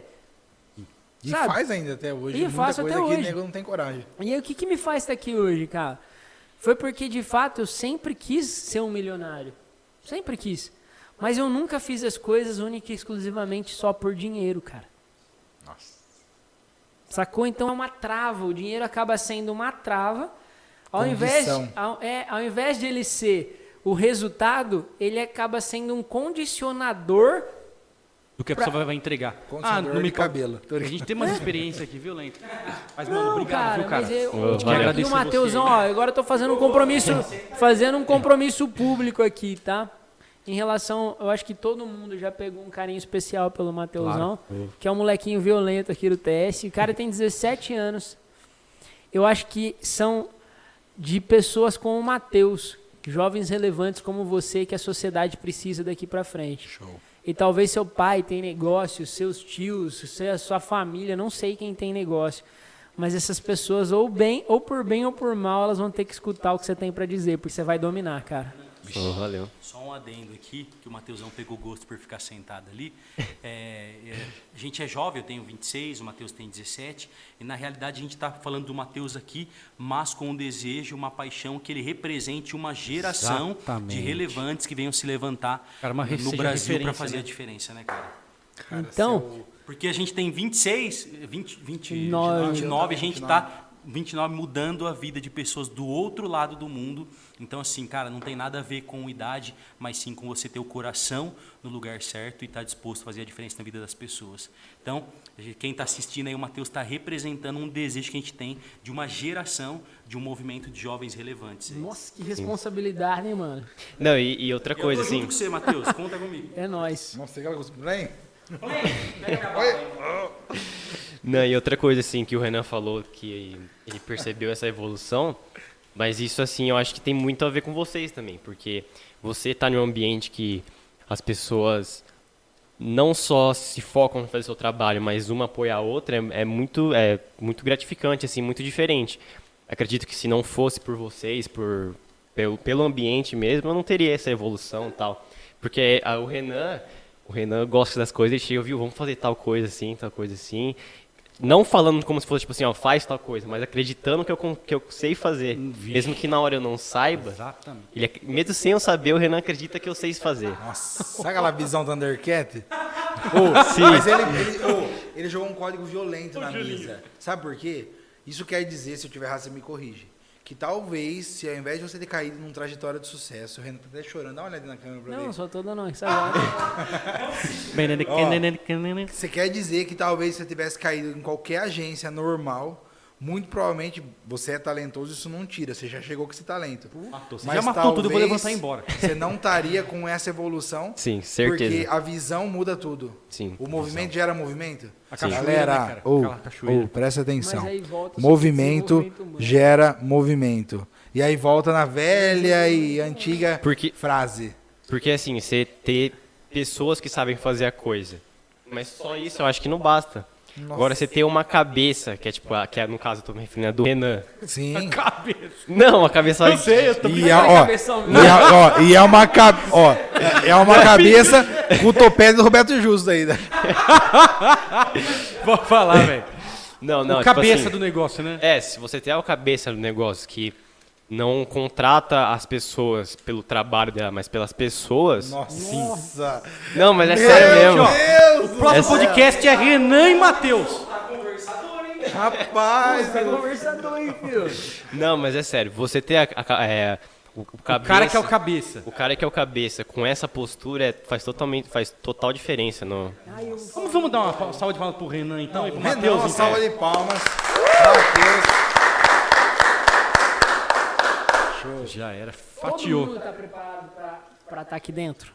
E Sabe? faz ainda até hoje. E muita faço coisa até que hoje. o nego não tem coragem. E aí o que me faz estar aqui hoje, cara? Foi porque, de fato, eu sempre quis ser um milionário. Sempre quis. Mas eu nunca fiz as coisas única e exclusivamente só por dinheiro, cara. Nossa. Sacou? Então é uma trava. O dinheiro acaba sendo uma trava. Ao invés de ele ser o resultado, ele acaba sendo um condicionador Do que a pessoa vai entregar. Condicionador de cabelo. A gente tem uma experiência aqui violenta. Mas, mano, obrigado, viu, cara? Mas eu quero agradecer e o Matheusão, ó, agora eu tô fazendo um compromisso público aqui, tá? Em relação, eu acho que todo mundo já pegou um carinho especial pelo Matheusão, que é um molequinho violento aqui do TS. O cara tem 17 anos. Eu acho que são de pessoas como o Matheus, jovens relevantes como você, que a sociedade precisa daqui pra frente. Show. E talvez seu pai tenha negócio, seus tios, sua família, não sei quem tem negócio. Mas essas pessoas, ou por bem ou por mal, elas vão ter que escutar o que você tem pra dizer, porque você vai dominar, cara. Valeu. Só um adendo aqui, que o Matheusão pegou gosto por ficar sentado ali. A gente é jovem, eu tenho 26, o Matheus tem 17, e na realidade a gente está falando do Matheus aqui, mas com um desejo, uma paixão que ele represente uma geração Exatamente. de relevantes que venham se levantar Cara, no Brasil para referência, fazer né? a diferença, né, cara? Então, Porque a gente tem 26, 29, Nove. a gente está 29 mudando a vida de pessoas do outro lado do mundo. Então, assim, cara, não tem nada a ver com idade, mas sim com você ter o coração no lugar certo e estar disposto a fazer a diferença na vida das pessoas. Então, quem está assistindo aí, o Matheus está representando um desejo que a gente tem de uma geração, de um movimento de jovens relevantes. nossa, que responsabilidade, hein, mano? Não, e outra Eu coisa, tô junto assim. com você, Matheus, conta comigo. É nóis. Nossa, aquela coisa. Vem. Não, e outra coisa, assim, que o Renan falou, que ele percebeu essa evolução, mas isso, assim, eu acho que tem muito a ver com vocês também, porque você tá num ambiente que as pessoas não só se focam em fazer seu trabalho, mas uma apoia a outra, é muito gratificante, assim, muito diferente. Acredito que se não fosse por vocês, pelo ambiente mesmo, eu não teria essa evolução e tal. Porque o Renan gosta das coisas, ele chega, viu, vamos fazer tal coisa assim. Não falando como se fosse, tipo assim, ó, faz tal coisa, mas acreditando que eu sei fazer. Mesmo que na hora eu não saiba, Exatamente. mesmo sem eu saber, o Renan acredita que eu sei fazer. Nossa, sabe aquela visão do Thundercat? Sim. Mas ele jogou um código violento na mesa. Sabe por quê? Isso quer dizer, se eu tiver errado, você me corrige. Que talvez, se ao invés de você ter caído num trajetório de sucesso, o Renan tá até chorando, dá uma olhada na câmera pra Não, ver. só tô dando uma risada. Você quer dizer que talvez se você tivesse caído em qualquer agência normal, muito provavelmente você é talentoso, isso não tira, você já chegou com esse talento. Você já matou tudo, eu vou levantar e ir embora. Você não estaria com essa evolução. Sim, certeza. Porque a visão muda tudo. Sim. O movimento gera movimento. A cachoeira, Galera, né, cara? Aquela cachoeira. presta atenção. Mas aí volta Movimento sobre esse movimento humano. gera movimento. E aí volta na velha e antiga frase. Porque assim, você ter pessoas que sabem fazer a coisa, mas só isso eu acho que não basta. Agora você ter uma cabeça, que é tipo, que é, no caso eu tô me referindo a do Renan. Sim. Não, a cabeça... Eu sei, eu tô E é uma cabeça com o topete do Roberto Justo ainda. Vou falar, velho. Não, O tipo cabeça assim, do negócio, né? se você tem a cabeça do negócio que não contrata as pessoas pelo trabalho dela, mas pelas pessoas... Nossa. Não, mas é sério mesmo. O próximo podcast é Renan e Matheus. Rapaz. Conversador, hein, filho? Não, mas é sério. Você ter o cabeça, O cara que é o cabeça. o cara que é o cabeça com essa postura faz total diferença no... Vamos dar uma salva de palmas pro Renan, então, e pro Renan, Matheus. uma então. salva de palmas. Matheus. Já era, Todo fatiou. mundo tá preparado pra estar aqui dentro?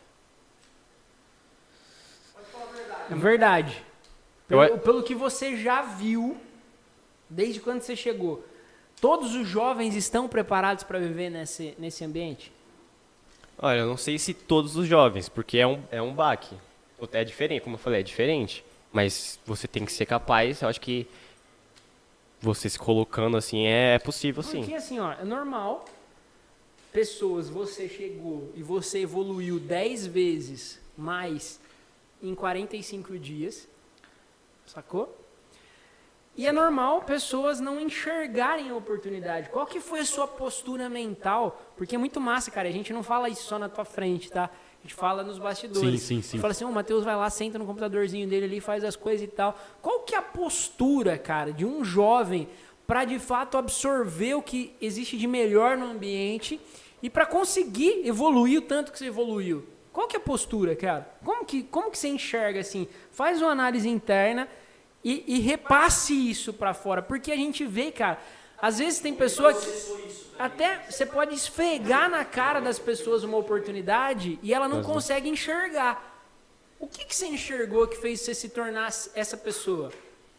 É verdade. Pelo que você já viu, desde quando você chegou, todos os jovens estão preparados para viver nesse ambiente? Olha, eu não sei se todos os jovens, porque é um baque. É diferente, como eu falei, é diferente. Mas você tem que ser capaz, eu acho que você se colocando assim é possível, sim. Porque assim, ó, é normal, você chegou e você evoluiu 10 vezes mais em 45 dias, sacou? E é normal pessoas não enxergarem a oportunidade. Qual que foi a sua postura mental? Porque é muito massa, cara, a gente não fala isso só na tua frente, tá? A gente fala nos bastidores. Sim. Fala assim, o Matheus vai lá, senta no computadorzinho dele ali, faz as coisas e tal. Qual que é a postura, cara, de um jovem para de fato absorver o que existe de melhor no ambiente e para conseguir evoluir o tanto que você evoluiu? Qual que é a postura, cara? Como que você enxerga assim? Faz uma análise interna e repasse isso para fora. Porque a gente vê, cara, às vezes tem pessoa que até você pode esfregar na cara das pessoas uma oportunidade e ela não consegue enxergar. O que você enxergou que fez você se tornar essa pessoa?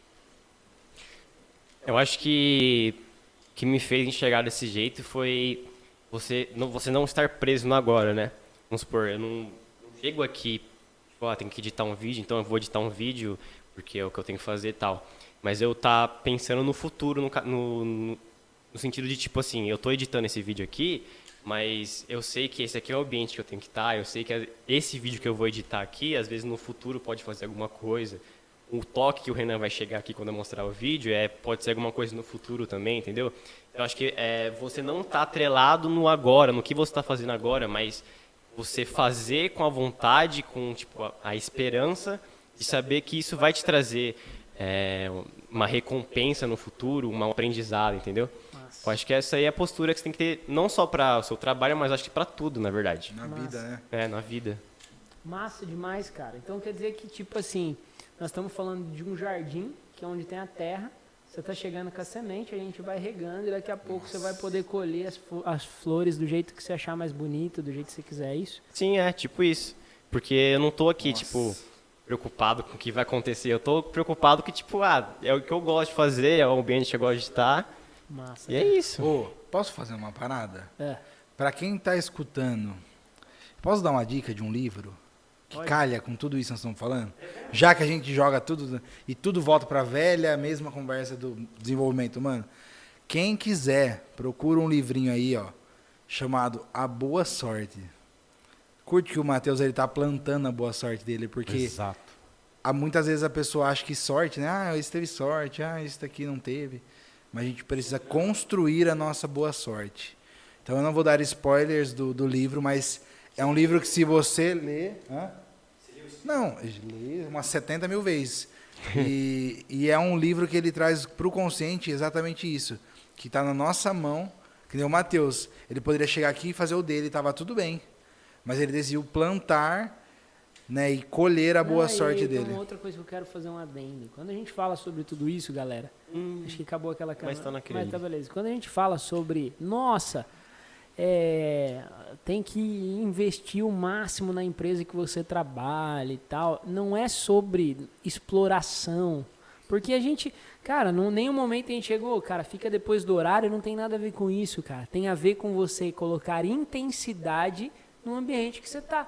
Eu acho que o que me fez enxergar desse jeito foi você não estar preso no agora, né? Vamos supor, eu não chego aqui, tipo, tenho que editar um vídeo, então eu vou editar um vídeo porque é o que eu tenho que fazer e tal. Mas eu tá pensando no futuro, no sentido de, tipo assim, eu tô editando esse vídeo aqui, mas eu sei que esse aqui é o ambiente que eu tenho que estar, eu sei que esse vídeo que eu vou editar aqui, às vezes no futuro pode fazer alguma coisa. O toque que o Renan vai chegar aqui quando eu mostrar o vídeo pode ser alguma coisa no futuro também, entendeu? Eu acho que você não tá atrelado no agora, no que você está fazendo agora, mas você fazer com a vontade, com tipo, a esperança de saber que isso vai te trazer uma recompensa no futuro, um aprendizado, entendeu? Nossa. Eu acho que essa aí é a postura que você tem que ter, não só para o seu trabalho, mas acho que para tudo, na verdade. Na vida, né? Na vida. Massa demais, cara. Então quer dizer que, tipo assim, nós estamos falando de um jardim, que é onde tem a terra, você está chegando com a semente, a gente vai regando e daqui a pouco você vai poder colher as flores do jeito que você achar mais bonito, do jeito que você quiser, é isso? Sim, tipo isso. Porque eu não tô aqui, tipo, preocupado com o que vai acontecer. Eu tô preocupado que, tipo, é o que eu gosto de fazer, é o ambiente que eu gosto de estar. Massa. E é isso. Posso fazer uma parada? É. Para quem tá escutando, posso dar uma dica de um livro que calha com tudo isso que nós estamos falando? Já que a gente joga tudo e tudo volta para a velha mesma conversa do desenvolvimento humano. Quem quiser, procura um livrinho aí, ó, chamado A Boa Sorte. Curte que o Matheus ele tá plantando a boa sorte dele, porque Exato. muitas vezes a pessoa acha que sorte, né? Esse teve sorte, esse daqui não teve. Mas a gente precisa construir a nossa boa sorte. Então eu não vou dar spoilers do livro, mas é um livro que se você ler... Não, li umas 70 mil vezes. E é um livro que ele traz para o consciente exatamente isso. Que está na nossa mão, que nem o Matheus. Ele poderia chegar aqui e fazer o dele, estava tudo bem. Mas ele decidiu plantar, né, e colher a boa sorte dele. Uma outra coisa que eu quero fazer um adendo. Quando a gente fala sobre tudo isso, galera, acho que acabou aquela câmera. Mas tá naquele. Mas tá beleza. Quando a gente fala sobre, nossa, tem que investir o máximo na empresa que você trabalha e tal, não é sobre exploração. Porque a gente, cara, em nenhum momento a gente chegou, cara, fica depois do horário, não tem nada a ver com isso, cara. Tem a ver com você colocar intensidade no ambiente que você tá.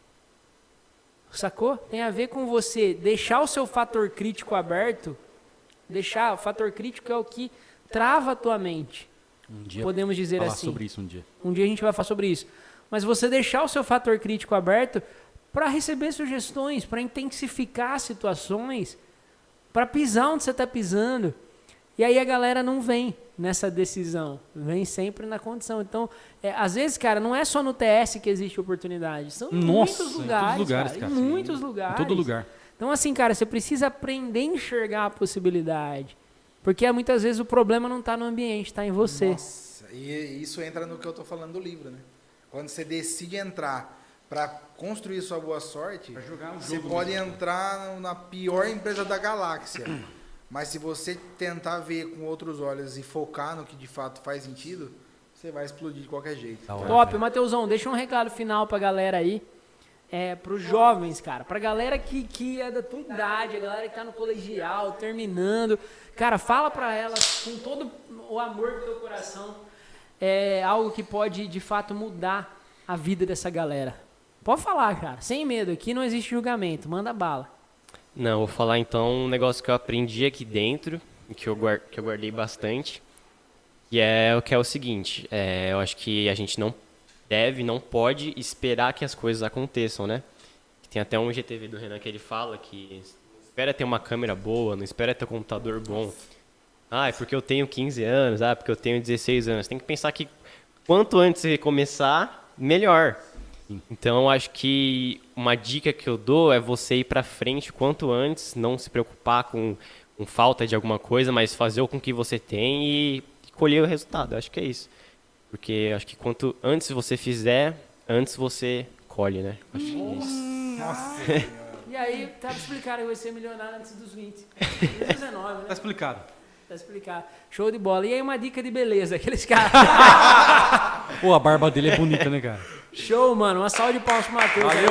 Sacou? Tem a ver com você deixar o seu fator crítico aberto. O fator crítico é o que trava a tua mente. Um dia podemos dizer falar assim. sobre isso um dia. Um dia a gente vai falar sobre isso. Mas você deixar o seu fator crítico aberto para receber sugestões, para intensificar situações, para pisar onde você está pisando. E aí a galera não vem nessa decisão, vem sempre na condição. Então, às vezes, cara, não é só no TS que existe oportunidade. São em muitos lugares, cara. Em muitos lugares. Em todo lugar. Então, assim, cara, você precisa aprender a enxergar a possibilidade. Porque muitas vezes o problema não está no ambiente, está em você. Nossa, e isso entra no que eu estou falando do livro, né? Quando você decide entrar para construir sua boa sorte, você pode entrar na pior empresa da galáxia. Mas se você tentar ver com outros olhos e focar no que de fato faz sentido, você vai explodir de qualquer jeito. Top, Matheusão, deixa um recado final pra galera aí. Pros jovens, cara, pra galera que é da tua idade, a galera que tá no colegial, terminando. Cara, fala pra elas com todo o amor do teu coração, algo que pode, de fato, mudar a vida dessa galera. Pode falar, cara, sem medo, aqui não existe julgamento, manda bala. Não, vou falar então um negócio que eu aprendi aqui dentro, que eu guardei bastante, que é o seguinte, eu acho que a gente não pode esperar que as coisas aconteçam, né? Tem até um IGTV do Renan que ele fala que não espera ter uma câmera boa, não espera ter um computador bom. É porque eu tenho 15 anos, porque eu tenho 16 anos. Tem que pensar que quanto antes você começar, melhor. Então, eu acho que uma dica que eu dou é você ir pra frente quanto antes, não se preocupar com falta de alguma coisa, mas fazer o com que você tem e colher o resultado. Eu acho que é isso. Porque eu acho que quanto antes você fizer, antes você colhe, né? Acho que é isso. Nossa. E aí, tá explicado que vai ser milionário antes dos 20. 19, né? Tá explicado. Tá explicado. Show de bola. E aí, uma dica de beleza. Aqueles caras. Pô, a barba dele é bonita, né, cara? Show, mano. Uma salva de palmas pro Matheus. Valeu.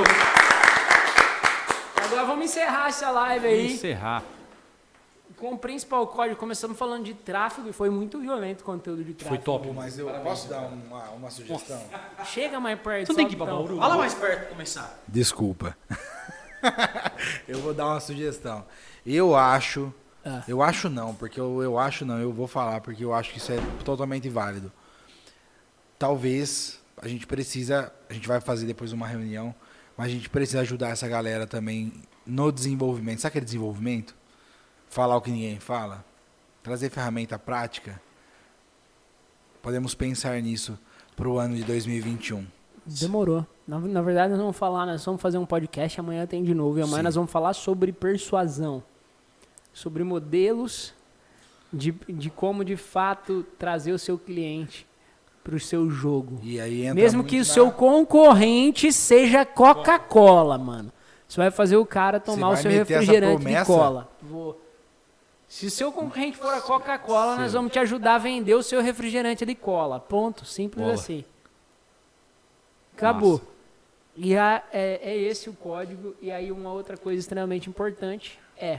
Agora vamos encerrar essa live aí. Vamos encerrar. Com o principal código. Começamos falando de tráfego e foi muito violento o conteúdo de tráfego. Foi top. Pô, mas eu posso dar uma sugestão? Chega mais perto. Você tem que ir sobe pra então. Bauru? Fala mais perto pra começar. Desculpa. Eu vou dar uma sugestão. Eu acho não, porque eu vou falar, porque eu acho que isso é totalmente válido. Talvez a gente vai fazer depois uma reunião, mas a gente precisa ajudar essa galera também no desenvolvimento. Sabe aquele desenvolvimento? Falar o que ninguém fala? Trazer ferramenta prática? Podemos pensar nisso para o ano de 2021. Demorou. Na verdade, nós vamos fazer um podcast, amanhã tem de novo. E amanhã nós vamos falar sobre persuasão. Sobre modelos de como, de fato, trazer o seu cliente para o seu jogo. E aí entra Mesmo muito que o seu concorrente seja Coca-Cola, mano. Você vai fazer o cara tomar o vai seu meter essa refrigerante de promessa? cola. Se o seu concorrente for a Coca-Cola, nós vamos te ajudar a vender o seu refrigerante de cola. Ponto. Simples Bola. assim. Acabou. Nossa. E é esse o código. E aí uma outra coisa extremamente importante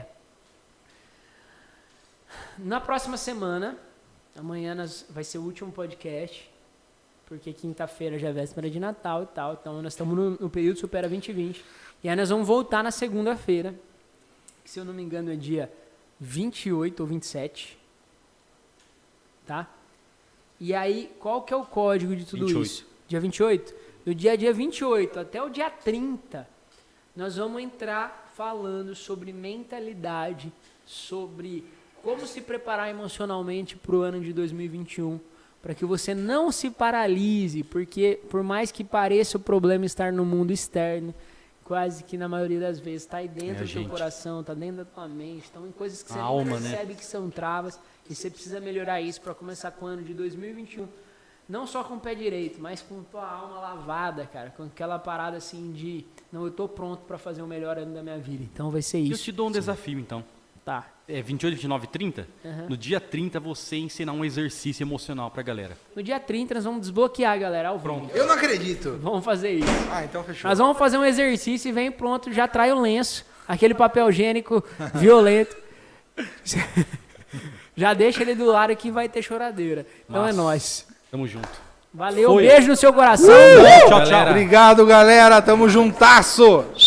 na próxima semana, amanhã vai ser o último podcast, porque quinta-feira já é véspera de Natal e tal. Então nós estamos no período Supera 2020. E aí nós vamos voltar na segunda-feira, que se eu não me engano é dia 28 ou 27. Tá? E aí, qual que é o código de tudo 28. isso? Dia 28? Do dia 28 até o dia 30, nós vamos entrar falando sobre mentalidade, sobre como se preparar emocionalmente para o ano de 2021, para que você não se paralise, porque por mais que pareça o problema estar no mundo externo, quase que na maioria das vezes está aí dentro do seu coração, está dentro da tua mente, estão em coisas que você não percebe que são travas, e você precisa melhorar isso para começar com o ano de 2021. Não só com o pé direito, mas com tua alma lavada, cara. Com aquela parada assim de... Não, eu tô pronto pra fazer o melhor ano da minha vida. Então vai ser Eu isso. te dou um desafio, então. Tá. É 28, 29 e 30? Uhum. No dia 30, você ensinar um exercício emocional pra galera. No dia 30 nós vamos desbloquear, galera, ao vivo. Eu não acredito. Vamos fazer isso. Então fechou. Nós vamos fazer um exercício e vem pronto, já trai o lenço. Aquele papel higiênico violento. Já deixa ele do lado que vai ter choradeira. Então Nossa. é nóis. Tamo junto. Valeu, Foi. beijo no seu coração. Tchau, tchau. Obrigado, galera. Tamo juntasso.